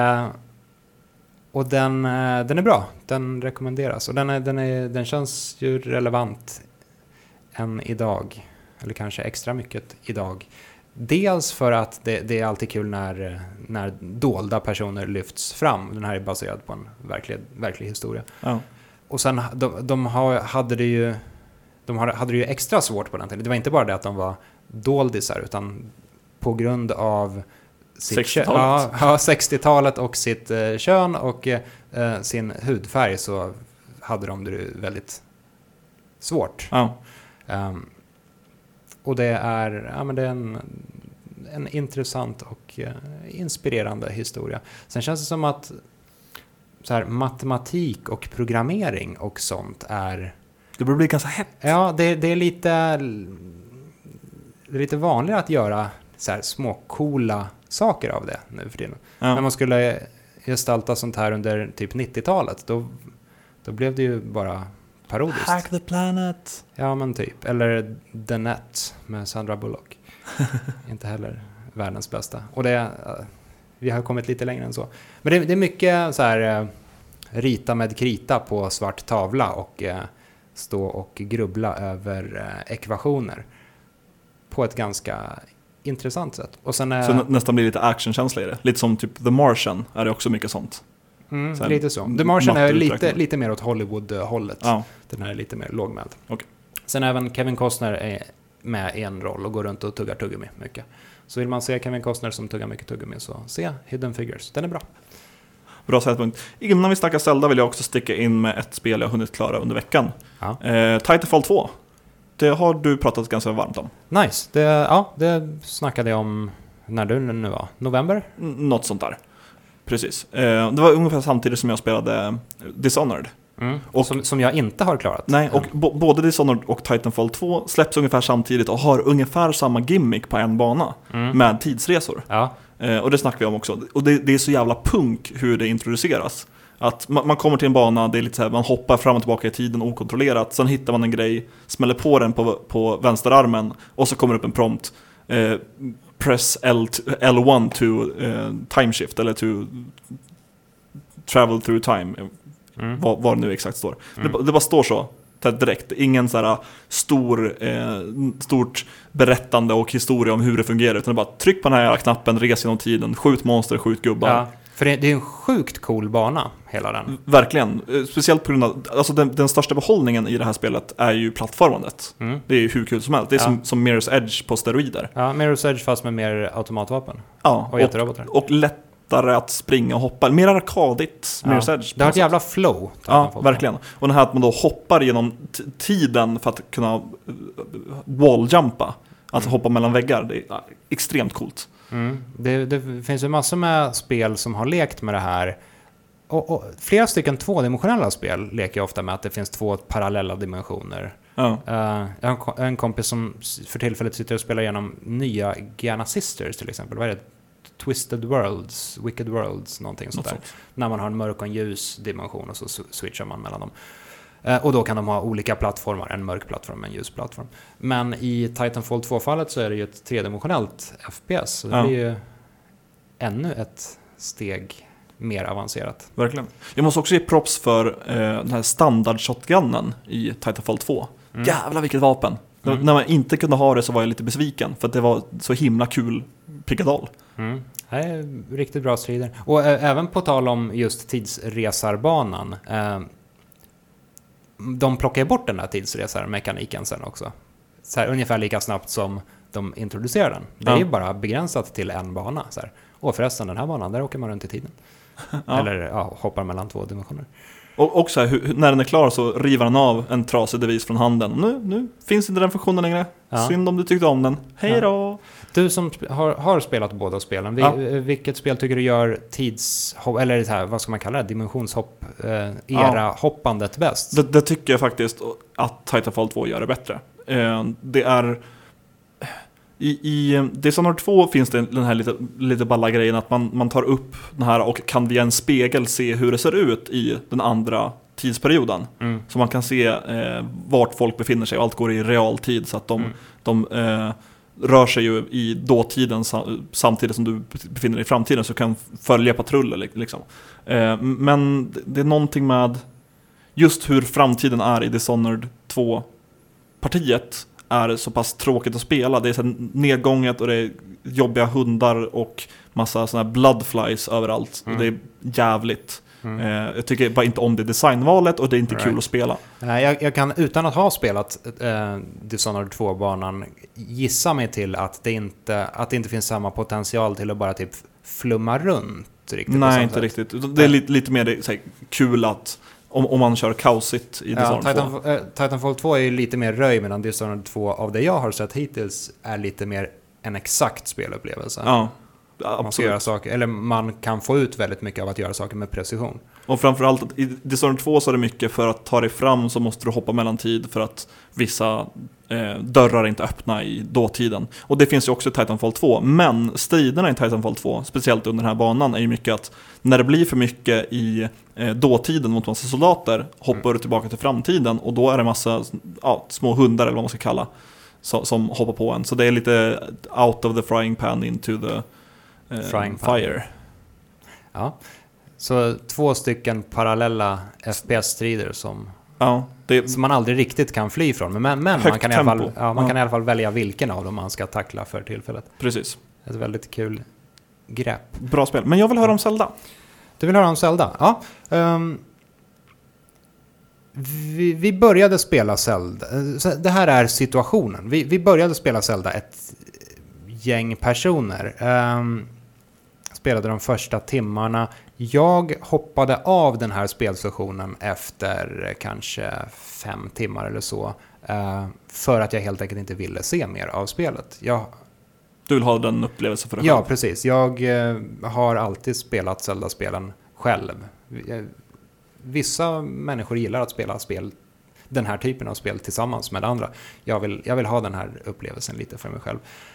Och den är bra. Den rekommenderas. Och den känns ju relevant än idag. Eller kanske extra mycket idag. Dels för att det är alltid kul när dolda personer lyfts fram. Den här är baserad på en verklig historia. Ja. Och sen de hade det ju extra svårt på den tiden. Det var inte bara det att de var doldisar, utan på grund av 60-talet. 60-talet och sitt kön och sin hudfärg, så hade de det väldigt svårt. Ja. Och det är en intressant och inspirerande historia. Sen känns det som att så här, matematik och programmering och sånt är... Det börjar bli ganska hett. Ja, det är lite vanligare att göra så här små coola saker av det nu för tiden. Ja. När man skulle gestalta sånt här under typ 90-talet, då blev det ju bara parodiskt. Hack the planet. Ja, men typ. Eller The Net med Sandra Bullock. Inte heller världens bästa. Och vi har kommit lite längre än så. Men det är mycket så här rita med krita på svart tavla och stå och grubbla över ekvationer på ett ganska intressant sätt. Och sen, så nästan blir lite actionkänsla i det. Lite som typ The Martian är det också mycket sånt. Så lite så. The Martian är lite mer åt Hollywood-hållet. Ja. Den här är lite mer lågmäld. Okay. Sen även Kevin Costner är med i en roll och går runt och tuggar tuggummi mycket. Så vill man se Kevin Costner som tuggar mycket tuggummi, så se Hidden Figures. Den är bra. Bra sättpunkt. Innan vi snackar Zelda vill jag också sticka in med ett spel jag har hunnit klara under veckan. Ja. Titanfall 2. Det har du pratat ganska varmt om. Nice. Det snackade jag om när du nu var. November? Något sånt där. Precis. Det var ungefär samtidigt som jag spelade Dishonored. Och som jag inte har klarat. Nej, och både Dishonored och Titanfall 2 släpps ungefär samtidigt och har ungefär samma gimmick på en bana med tidsresor. Ja. Och det snackar vi om också. Och det är så jävla punk hur det introduceras. Att man kommer till en bana, det är lite så här, man hoppar fram och tillbaka i tiden okontrollerat. Sen hittar man en grej, smäller på den på vänsterarmen och så kommer upp en prompt. Press L1 to time shift eller to travel through time. Vad det nu exakt står. Det bara står så direkt. Ingen så här stort berättande och historia om hur det fungerar, utan det bara tryck på den här knappen, res genom tiden, skjut monster, skjut gubbar. Ja, för det är en sjukt cool bana, hela den. Verkligen. Speciellt på grund av, alltså den största behållningen i det här spelet är ju plattformandet. Det är ju hur kul som helst. Det är som Mirror's Edge på steroider. Ja, Mirror's Edge fast med mer automatvapen. Ja, och jätterobotar. Och lättare att springa och hoppa. Mer arkadigt Mirror's Edge. Det har ett jävla flow. Ja, verkligen. Och det här att man då hoppar genom tiden för att kunna walljumpa. Alltså hoppa mellan väggar. Det är extremt coolt. Det finns ju massor med spel som har lekt med det här. Och flera stycken tvådimensionella spel leker ofta med att det finns två parallella dimensioner. Ja. Jag har en kompis som för tillfället sitter och spelar igenom nya Giana Sisters till exempel. Vad är det? Twisted Worlds, Wicked Worlds, någonting sånt där. När man har en mörk och en ljus dimension och så switchar man mellan dem. Och då kan de ha olika plattformar, en mörk plattform och en ljus plattform. Men i Titanfall 2-fallet så är det ju ett tredimensionellt FPS. Så det blir ju ännu ett steg mer avancerat. Verkligen. Jag måste också ge props för den här standard-shotgunnen i Titanfall 2. Jävlar vilket vapen! När man inte kunde ha det så var jag lite besviken. För att det var så himla kul pickadoll. Det är riktigt bra strider. Och även på tal om just tidsresarbanan. De plockar bort den här tidsresarmekaniken sen också. Så här, ungefär lika snabbt som de introducerar den. Det är ju bara begränsat till en bana. Så här. Och förresten, den här banan, där åker man runt i tiden. Eller hoppar mellan två dimensioner. Och så här, när den är klar så river han av en trasig devis från handen. Nu finns inte den funktionen längre. Synd om du tyckte om den. Hej då! Du som har spelat båda spelen, vilket spel tycker du gör eller så här, vad ska man kalla det? Dimensionshopp, hoppandet bäst? Det tycker jag faktiskt att Titanfall 2 gör det bättre. Det är... I Dishonored 2 finns det den här lite balla grejen att man tar upp den här och kan via en spegel se hur det ser ut i den andra tidsperioden. Så man kan se vart folk befinner sig och allt går i realtid så att de rör sig ju i dåtiden samtidigt som du befinner dig i framtiden, så kan följa patruller liksom. Men det är någonting med just hur framtiden är i Dishonored 2-partiet är så pass tråkigt att spela. Det är så nedgånget och det är jobbiga hundar och massa såna här bloodflies överallt. Och det är jävligt. Jag tycker bara inte om det designvalet och det är inte kul att spela. Jag kan utan att ha spelat Dishonored 2-banan gissa mig till att det inte finns samma potential till att bara typ flumma runt riktigt. Nej, inte riktigt. Det är lite mer så här, kul att om man kör kaosigt i Dishonored 2. Titanfall 2 är ju lite mer röj, medan Dishonored 2 av det jag har sett hittills är lite mer en exakt spelupplevelse. Ja, Man ska absolut. göra saker, eller man kan få ut väldigt mycket av att göra saker med precision. Och framförallt i Dishonored 2 så är det mycket för att ta dig fram så måste du hoppa mellan tid för att vissa dörrar inte öppna i dåtiden. Och det finns ju också i Titanfall 2. Men striderna i Titanfall 2, speciellt under den här banan, är ju mycket att när det blir för mycket i dåtiden mot massa soldater hoppar du tillbaka till framtiden och då är det massa små hundar eller vad man ska kalla som hoppar på en. Så det är lite out of the frying pan into the Frying pan. fire. Ja. Så 2 stycken parallella FPS-strider som man aldrig riktigt kan fly från. Men man kan, kan i alla fall välja vilken av dem man ska tackla för tillfället. Precis. Ett väldigt kul grepp. Bra spel. Men jag vill höra om Zelda. Du vill höra om Zelda? Ja. Vi började spela Zelda. Det här är situationen. Vi började spela Zelda ett gäng personer. Spelade de första timmarna. Jag hoppade av den här spelsessionen efter kanske 5 timmar eller så. För att jag helt enkelt inte ville se mer av spelet. Du vill ha den upplevelsen för dig själv? Ja, precis. Jag har alltid spelat Zelda-spelen själv. Vissa människor gillar att spela den här typen av spel tillsammans med andra. Jag vill ha den här upplevelsen lite för mig själv.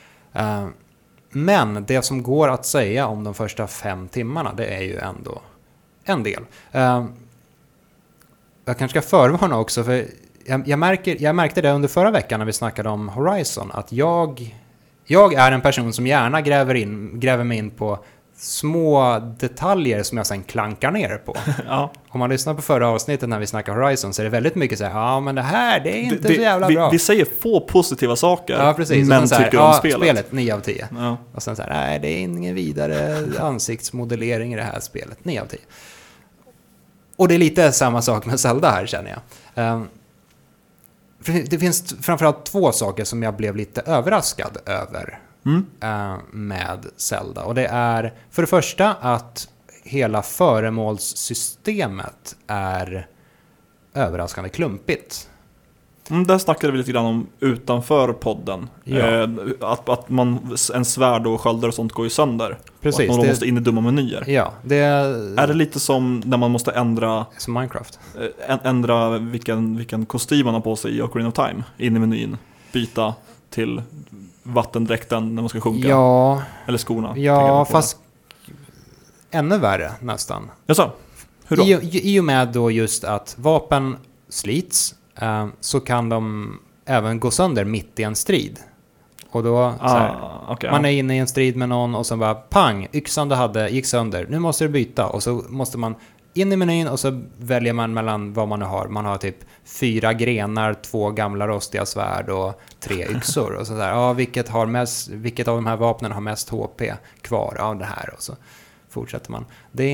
Men det som går att säga om de första 5 timmarna, det är ju ändå en del. Jag kanske ska förvarna också, för jag märkte det under förra veckan när vi snackade om Horizon, att jag är en person som gärna gräver mig in på små detaljer som jag sen klankar ner på. Ja. Om man lyssnar på förra avsnittet när vi snackar Horizon så är det väldigt mycket så här, men det är inte så jävla bra. Vi säger få positiva saker, ja, precis. men tycker om spelet 9 av 10. Ja. Och sen så här, nej, det är ingen vidare ansiktsmodellering i det här spelet, 9 av 10. Och det är lite samma sak med Zelda här, känner jag. Det finns framförallt 2 saker som jag blev lite överraskad över med Zelda. Och det är för det första att hela föremålssystemet är överraskande klumpigt. Där snackade vi lite grann om utanför podden. Ja. Att en svärd och sköldar och sånt går ju sönder. Precis. Och att man måste in i dumma menyer. Ja, är det lite som när man måste ändra... Som Minecraft. Ändra vilken kostym man har på sig i Ocarina of Time. In i menyn. Byta till vattendräkten när man ska sjunka. Ja. Eller skorna. Ja, fast ännu värre nästan. Jaså? Hur då? I och med då just att vapen slits så kan de även gå sönder mitt i en strid. Och då man är inne i en strid med någon och så bara pang, yxan du hade gick sönder. Nu måste du byta och så måste man in i menyn och så väljer man mellan vad man nu har. Man har typ 4 grenar, 2 gamla rostiga svärd och 3 yxor och så där. Ja, vilket av de här vapnen har mest HP kvar? Ja, det här, och så fortsätter man. Det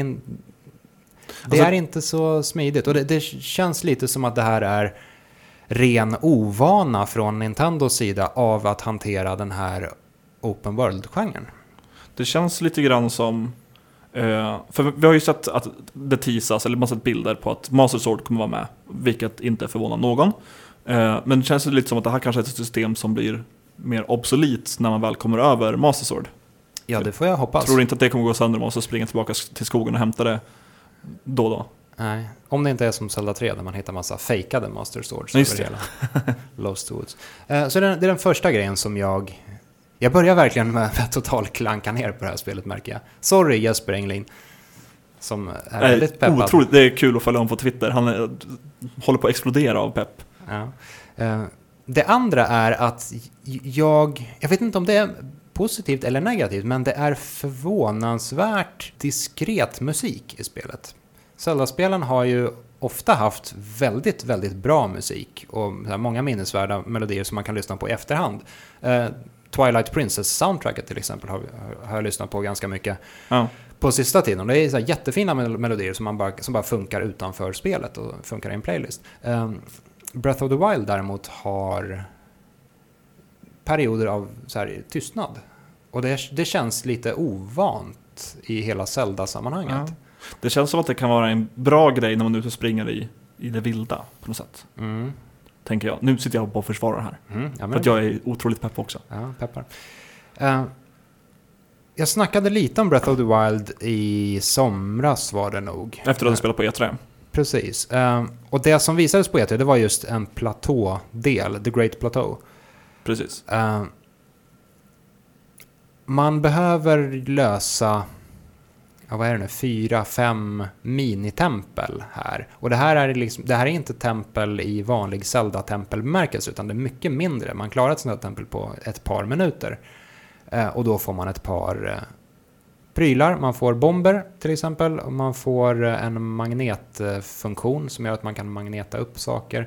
är inte så smidigt och det känns lite som att det här är ren ovana från Nintendos sida av att hantera den här open world-genren. Det känns lite grann som... för vi har ju sett att det teasas, eller man har sett bilder på att Master Sword kommer vara med, vilket inte förvånar någon. Men det känns lite som att det här kanske är ett system som blir mer obsolet när man väl kommer över Master Sword. Ja, det får jag hoppas. Tror du inte att det kommer gå sönder om man måste springa tillbaka till skogen och hämta det då? Nej, om det inte är som Zelda 3 där man hittar massa fejkade Master Swords över hela Lost Woods. Så det är den första grejen som jag börjar verkligen med total klanka ner på det här spelet, märker jag. Sorry Jesper Englin, som är väldigt peppad. Otroligt, det är kul att följa honom på Twitter. Han håller på att explodera av pepp. Ja. Det andra är att jag vet inte om det är positivt eller negativt, men det är förvånansvärt diskret musik i spelet. Zelda-spelen har ju ofta haft väldigt, väldigt bra musik och många minnesvärda melodier som man kan lyssna på i efterhand. Twilight Princess-soundtracket till exempel har jag lyssnat på ganska mycket på sista tiden. Det är så här jättefina melodier som bara funkar utanför spelet och funkar i en playlist. Breath of the Wild däremot har perioder av så här tystnad. Och det känns lite ovant i hela Zelda-sammanhanget. Ja. Det känns som att det kan vara en bra grej när man är ute och springer i det vilda på något sätt. Tänker jag. Nu sitter jag på försvarare här. För att jag är otroligt pepp också. Ja, peppar. Jag snackade lite om Breath of the Wild i somras var det nog. Efter att du spelat på E3. Precis. Och det som visades på E3 det var just en platådel, The Great Plateau. Precis. Man behöver lösa 4-5 minitempel här. Och det här är inte tempel i vanlig Zelda-tempelbemärkelse utan det är mycket mindre. Man klarar ett sånt här tempel på ett par minuter. Och då får man ett par prylar. Man får bomber till exempel. Och man får en magnetfunktion som gör att man kan magneta upp saker.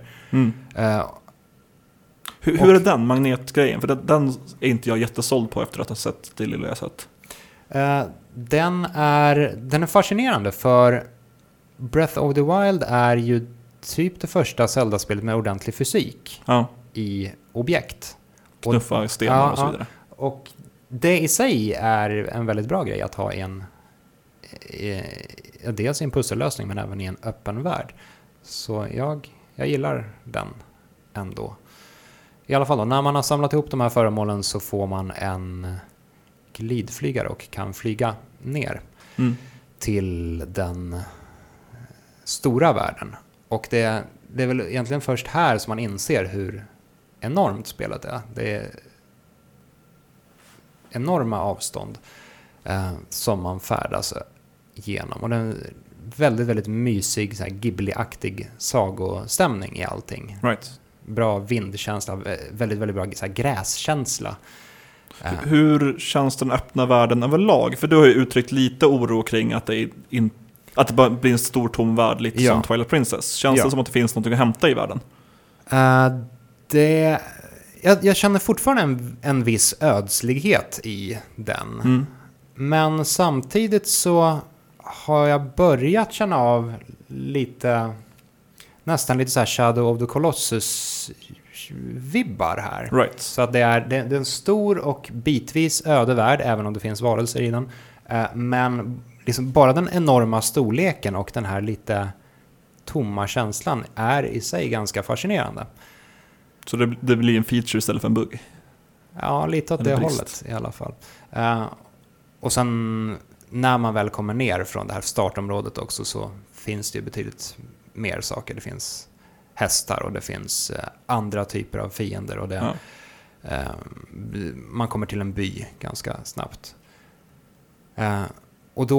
Hur är den magnetgrejen? För den är inte jag jättesåld på efter att ha sett det lilla jag sett. Den är fascinerande för Breath of the Wild är ju typ det första Zelda-spelet med ordentlig fysik i objekt. Knuffa stenar och så vidare. Och det i sig är en väldigt bra grej att ha dels i en pussellösning men även i en öppen värld. Så jag gillar den ändå. I alla fall då, när man har samlat ihop de här föremålen så får man en glidflygare och kan flyga ner till den stora världen. Och det är väl egentligen först här som man inser hur enormt spelet är. Det är enorma avstånd som man färdas igenom. Och det är en väldigt, väldigt mysig, så här Ghibli-aktig sagostämning i allting. Right. Bra vindkänsla, väldigt, väldigt bra så här gräskänsla. Hur känns den öppna världen överlag? För du har ju uttryckt lite oro kring att att det bara blir en stor tom värld, lite som Twilight Princess. Känns det som att det finns något att hämta i världen? Jag känner fortfarande en viss ödslighet i den. Men samtidigt så har jag börjat känna av nästan lite så här Shadow of the Colossus vibbar här. Right. Så att det är en stor och bitvis öde värld, även om det finns varelser i den. Men liksom bara den enorma storleken och den här lite tomma känslan är i sig ganska fascinerande. Så det blir en feature istället för en bugg? Ja, lite åt det hållet i alla fall. Och sen när man väl kommer ner från det här startområdet också så finns det ju betydligt mer saker. Det finns hästar och det finns andra typer av fiender och man kommer till en by ganska snabbt. Och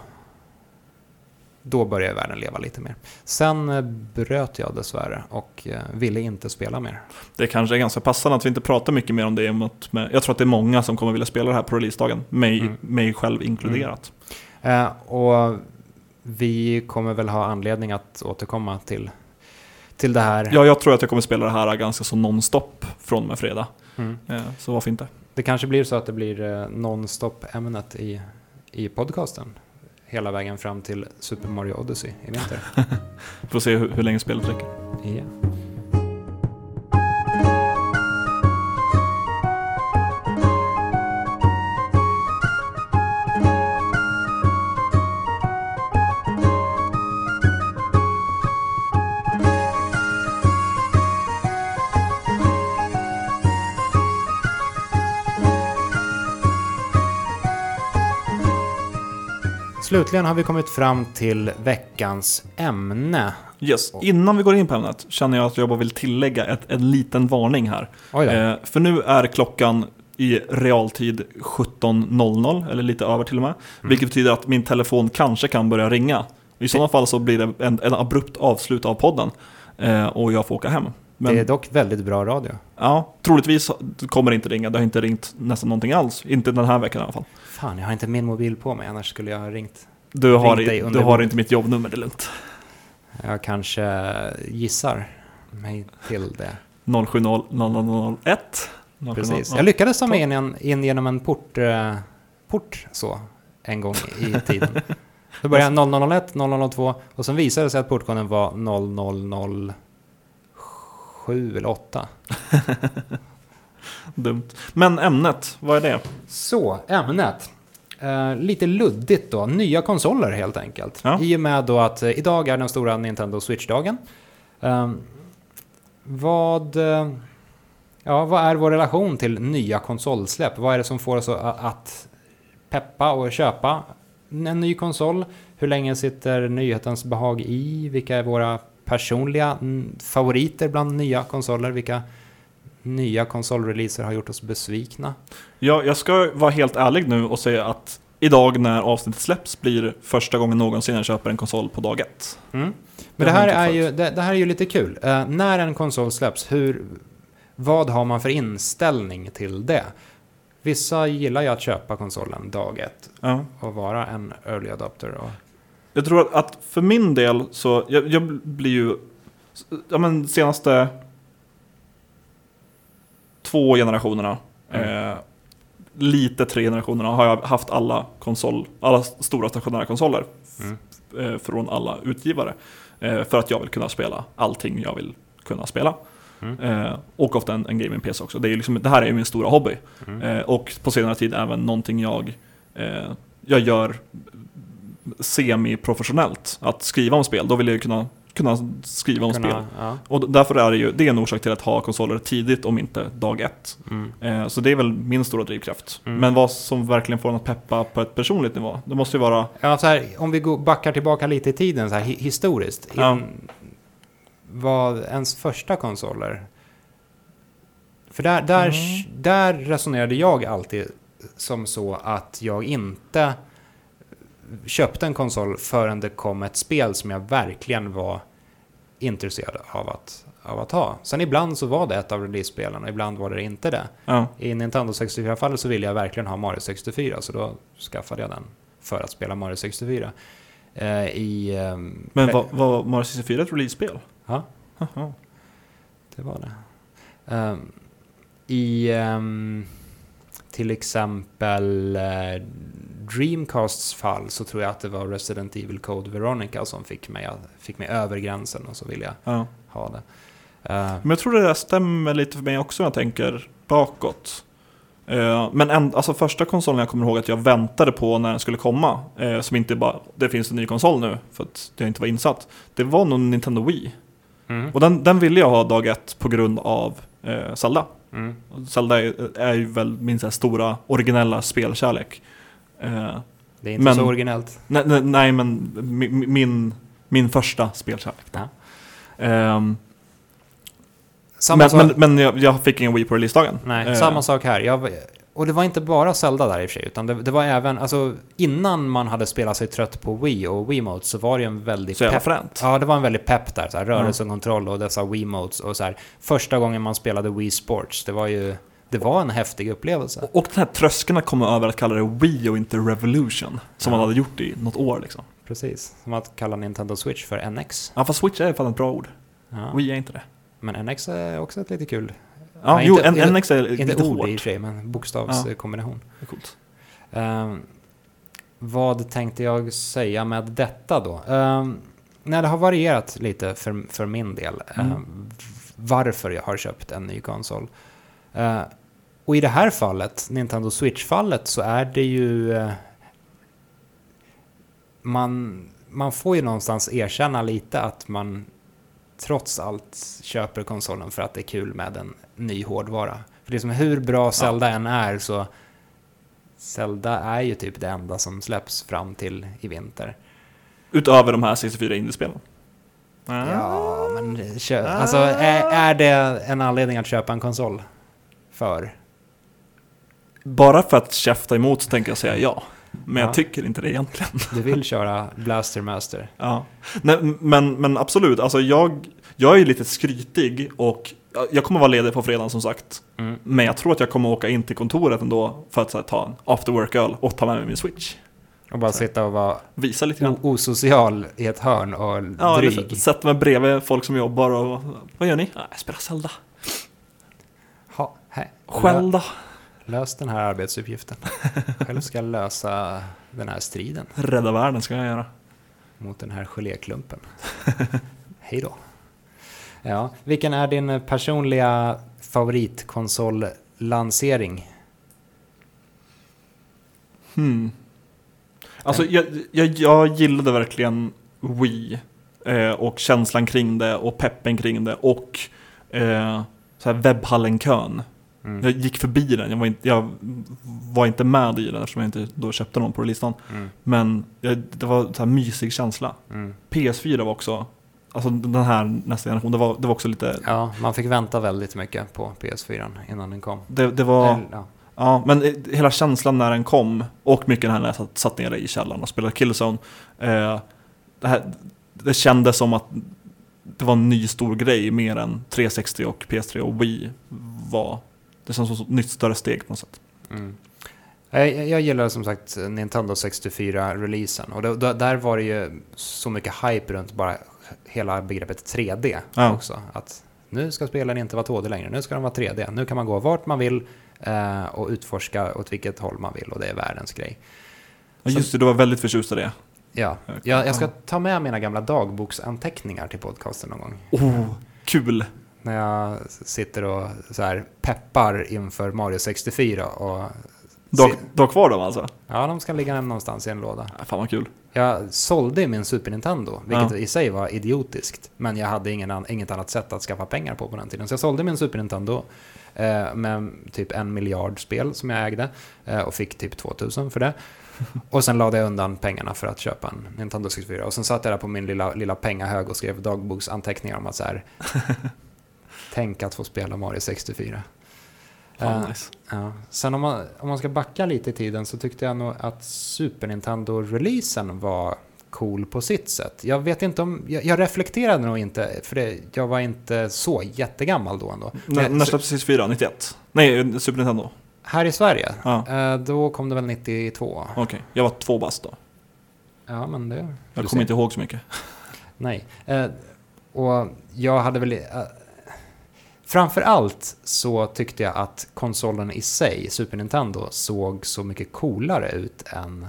då börjar världen leva lite mer. Sen bröt jag dessvärre och ville inte spela mer. Det kanske är ganska passande att vi inte pratar mycket mer om det. Jag tror att det är många som kommer vilja spela det här på releasedagen. Mig själv inkluderat. Och vi kommer väl ha anledning att återkomma till det här. Ja, jag tror att jag kommer spela det här ganska så nonstop från med fredag. Så varför inte? Det kanske blir så att det blir nonstop-ämnet i podcasten. Hela vägen fram till Super Mario Odyssey i vinter. Får se hur länge spelet räcker. Ja. Slutligen har vi kommit fram till veckans ämne. Yes. Innan vi går in på ämnet känner jag att jag bara vill tillägga en liten varning här. För nu är klockan i realtid 17.00 eller lite över till och med. Vilket betyder att min telefon kanske kan börja ringa. I sådana fall så blir det en abrupt avslut av podden och jag får åka hem. Men, det är dock väldigt bra radio. Ja, troligtvis kommer det inte ringa. Det har inte ringt nästan någonting alls. Inte den här veckan i alla fall. Fan, jag har inte min mobil på mig. Annars skulle jag ha ringt. Du har inte mitt jobbnummer, det är lugnt. Jag kanske gissar mig till det. 070001. Precis. Jag lyckades ta mig in genom en port så en gång i tiden. Då började jag 0001, 0002 och sen visade det sig att portkoden var 0007 eller 8. Dumt. Men ämnet, vad är det? Så, ämnet. Lite luddigt då. Nya konsoler helt enkelt. Ja. I och med då att idag är den stora Nintendo Switch-dagen. Ja, vad är vår relation till nya konsolsläpp? Vad är det som får oss att peppa och köpa en ny konsol? Hur länge sitter nyhetens behag i? Vilka är våra personliga favoriter bland nya konsoler? Vilka nya konsolreleaser har gjort oss besvikna? Ja, jag ska vara helt ärlig nu och säga att idag när avsnittet släpps blir första gången någonsin jag köper en konsol på dag 1. Men det här är ju lite kul. När en konsol släpps, vad har man för inställning till det? Vissa gillar ju att köpa konsolen dag 1 och vara en early adopter. Jag tror att för min del så, jag blir ju, senaste 2 generationerna, lite 3 generationerna har jag haft alla stora stationära konsoler från alla utgivare. För att jag vill kunna spela allting jag vill kunna spela. Och ofta en gaming-PC också. Det här är ju min stora hobby. Och på senare tid även någonting jag gör semi-professionellt. Att skriva om spel, då vill jag ju kunna skriva om spel. Ja. Och därför är det en orsak till att ha konsoler tidigt, om inte dag 1. Så det är väl min stora drivkraft. Men vad som verkligen får en att peppa på ett personligt nivå, det måste ju vara... Ja, så här, om vi backar tillbaka lite i tiden så här, historiskt. Vad ens första konsoler... För där resonerade jag alltid som så att jag inte köpte en konsol förrän det kom ett spel som jag verkligen var intresserad av att ha. Sen ibland så var det ett av release-spelen och ibland var det inte det. I Nintendo 64-fallet så ville jag verkligen ha Mario 64, så då skaffade jag den för att spela Mario 64. Men var Mario 64 ett release-spel? Ja, det var det. Till exempel Dreamcasts fall så tror jag att det var Resident Evil Code Veronica som fick mig över gränsen, och så ville jag ha det. Men jag tror det där stämmer lite för mig också när jag tänker bakåt. Men alltså första konsolen jag kommer ihåg att jag väntade på när den skulle komma, som inte bara, det finns en ny konsol nu för att jag inte var insatt, det var nog Nintendo Wii. Och den ville jag ha dag 1 på grund av Zelda. Zelda är ju väl min så här stora originella spelkärlek. Det är inte så originellt. Nej, men min första spelkärlek. Men jag fick ingen Wii på releasedagen. Nej, samma sak här. Och det var inte bara Zelda där i och för sig, utan det var även, alltså innan man hade spelat sig trött på Wii och Wiimotes så var det en väldigt pepp. Ja, det var en väldigt pepp där, så här, rörelse och kontroll och dessa Wiimotes och så här. Första gången man spelade Wii Sports, det var en häftig upplevelse. Och den här tröskeln att komma över att kalla det Wii och inte Revolution, som man hade gjort i något år liksom. Precis, som att kalla Nintendo Switch för NX. Ja, fast Switch är i alla fall ett bra ord. Wii är inte det. Men NX är också ett lite kul. Ja, NX är inte lite ord hårt. I och för sig, men bokstavskombination. Det är coolt. Vad tänkte jag säga med detta då? När det har varierat lite för min del varför jag har köpt en ny konsol. Och i det här fallet, Nintendo Switch-fallet, så är det ju... Man får ju någonstans erkänna lite att man trots allt köper konsolen för att det är kul med en ny hårdvara. För det är som hur bra Zelda än är, så Zelda är ju typ det enda som släpps fram till i vinter. Utöver de här 64 indiespelen. Ja, men alltså, är det en anledning att köpa en konsol för? Bara för att käfta emot så tänker jag säga ja. Men jag tycker inte det egentligen. Du vill köra Blaster Master. Ja. Nej, men absolut. Alltså jag är ju lite skrytig och jag kommer vara ledig på fredagen som sagt. Men jag tror att jag kommer åka in till kontoret ändå för att ta en after work-öl och ta med mig min Switch. Och bara sitta och vara visa lite grann. Osocial i ett hörn och dryg. Sätta mig bredvid folk som jobbar och vad gör ni? Jag spelar Zelda. Själv då? Lös den här arbetsuppgiften. Själv ska jag lösa den här striden. Rädda världen ska jag göra. Mot den här geléklumpen. Hej då. Ja, vilken är din personliga favoritkonsol-lansering? Alltså jag gillade verkligen Wii och känslan kring det och peppen kring det och så här webbhallen-kön. Jag gick förbi den, jag var inte med i den eftersom jag inte då köpte någon på listan. Men det var så här mysig känsla. PS4 var också, alltså den här nästa generation, det var också lite... Ja, man fick vänta väldigt mycket på PS4 innan den kom. Det var... Ja, men hela känslan när den kom, och mycket när jag satt nere i källaren och spelade Killzone, det kändes som att det var en ny stor grej, mer än 360 och PS3 och Wii var. Det känns som ett nytt större steg på något sätt. Jag gillar som sagt Nintendo 64-releasen, och där var det ju så mycket hype runt bara hela begreppet 3D också. Att nu ska spelen inte vara 2D längre, nu ska de vara 3D. Nu kan man gå vart man vill och utforska åt vilket håll man vill, och det är världens grej. Ja, just det, du var väldigt förtjust i det. Ja, jag ska ta med mina gamla dagboksanteckningar till podcasten någon gång. Kul! När jag sitter och så här peppar inför Mario 64. Och du har kvar dem alltså? Ja, de ska ligga någonstans i en låda. Ja, fan vad kul. Jag sålde min Super Nintendo, vilket i sig var idiotiskt. Men jag hade inget annat sätt att skaffa pengar på den tiden. Så jag sålde min Super Nintendo med typ 1 miljard spel som jag ägde. Och fick typ 2000 för det. Och sen lade jag undan pengarna för att köpa en Nintendo 64. Och sen satt jag där på min lilla pengahög och skrev dagboksanteckningar om att så här... tänk att få spela Mario 64. Nice. Ja. Sen om man ska backa lite i tiden, så tyckte jag nog att Super Nintendo-releasen var cool på sitt sätt. Jag vet inte om... Jag reflekterade nog inte, för jag var inte så jättegammal då ändå. När släpptes 64? 91? Nej, Super Nintendo. Här i Sverige? Då kom det väl 92. Okej, jag var 2 bast då. Ja, men det... Jag kommer inte ihåg så mycket. Nej. Och jag hade väl... Framför allt så tyckte jag att konsolen i sig, Super Nintendo, såg så mycket coolare ut än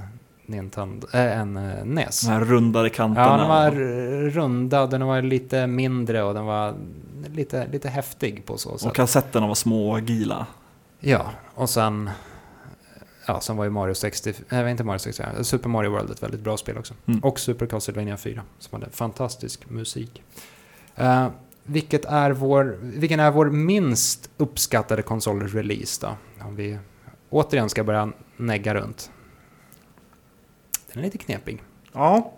NES. De här rundade kanterna. Ja, den var runda, den var lite mindre och den var lite häftig på så sätt. Och kassetterna var små och agila. Ja, och sen var ju Mario 60, inte Mario 60, Super Mario World ett väldigt bra spel också. Och Super Castlevania 4 som hade fantastisk musik. Vilken är vår minst uppskattade konsol-release då? Om vi återigen ska börja negga runt. Den är lite knepig. Ja.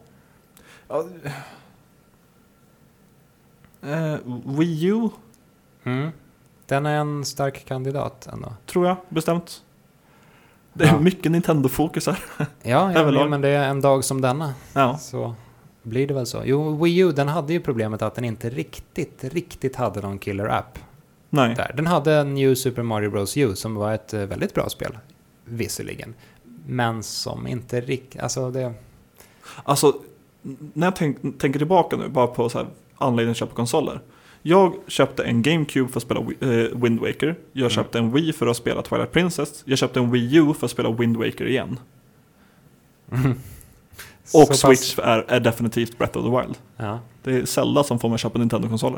Wii U? Den är en stark kandidat ändå. Tror jag, bestämt. Det är mycket Nintendo-fokus här. Ja, men det är en dag som denna. Ja. Så blir det väl så. Jo, Wii U, den hade ju problemet att den inte riktigt hade någon killer-app. Nej. Där. Den hade New Super Mario Bros. U som var ett väldigt bra spel, visserligen. Men som inte riktigt... Alltså, när jag tänker tillbaka nu, bara på så här anledningen att köpa konsoler. Jag köpte en GameCube för att spela Wind Waker. Jag köpte en Wii för att spela Twilight Princess. Jag köpte en Wii U för att spela Wind Waker igen. Och Switch är definitivt Breath of the Wild. Ja. Det är Zelda som får mig köpa Nintendo-konsoler.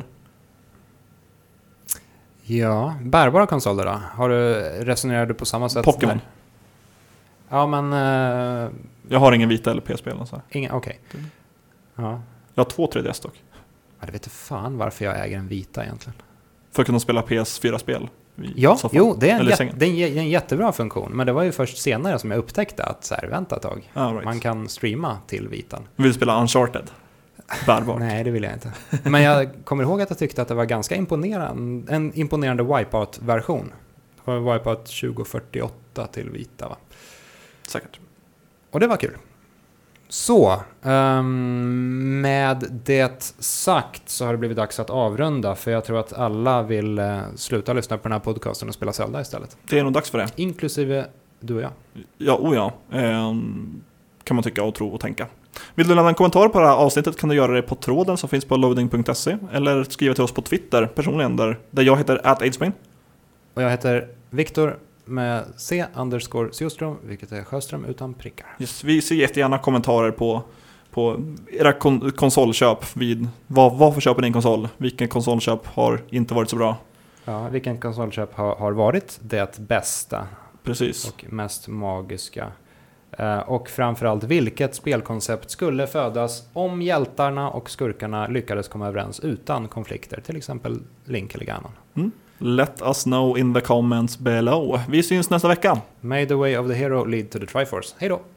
Ja, bärbara konsoler då? Resonerar du på samma sätt? Pokémon. Ja, men... Jag har ingen Vita eller PSP. Okej. Ja. Jag har 2 3DS dock. Jag vet inte fan varför jag äger en Vita egentligen. För att kunna spela PS4-spel. Ja, det är en jättebra funktion. Men det var ju först senare som jag upptäckte att vänta ett tag. Man kan streama till Vitan. Vill du spela Uncharted? Bärbart. Nej, det vill jag inte. Men jag kommer ihåg att jag tyckte att det var ganska imponerande. En imponerande Wipeout-version. Det var Wipeout 2048 till Vita, va? Säkert. Och det var kul. Så, med det sagt så har det blivit dags att avrunda, för jag tror att alla vill sluta lyssna på den här podcasten och spela Zelda istället. Det är nog dags för det. Inklusive du och jag. Ja. Kan man tycka och tro och tänka. Vill du lämna en kommentar på det här avsnittet kan du göra det på tråden som finns på loading.se eller skriva till oss på Twitter personligen där jag heter @aidsmain. Och jag heter Viktor med C_Sjöström, vilket är Sjöström utan prickar. Just, vi ser jättegärna kommentarer på era konsolköp vid varför köper ni en konsol? Vilken konsolköp har inte varit så bra? Ja, vilken konsolköp har varit det bästa? Precis. Och mest magiska. Och framförallt vilket spelkoncept skulle födas om hjältarna och skurkarna lyckades komma överens utan konflikter, till exempel Link eller Ganon. Let us know in the comments below. Vi syns nästa vecka. May the way of the hero lead to the Triforce. Hej då!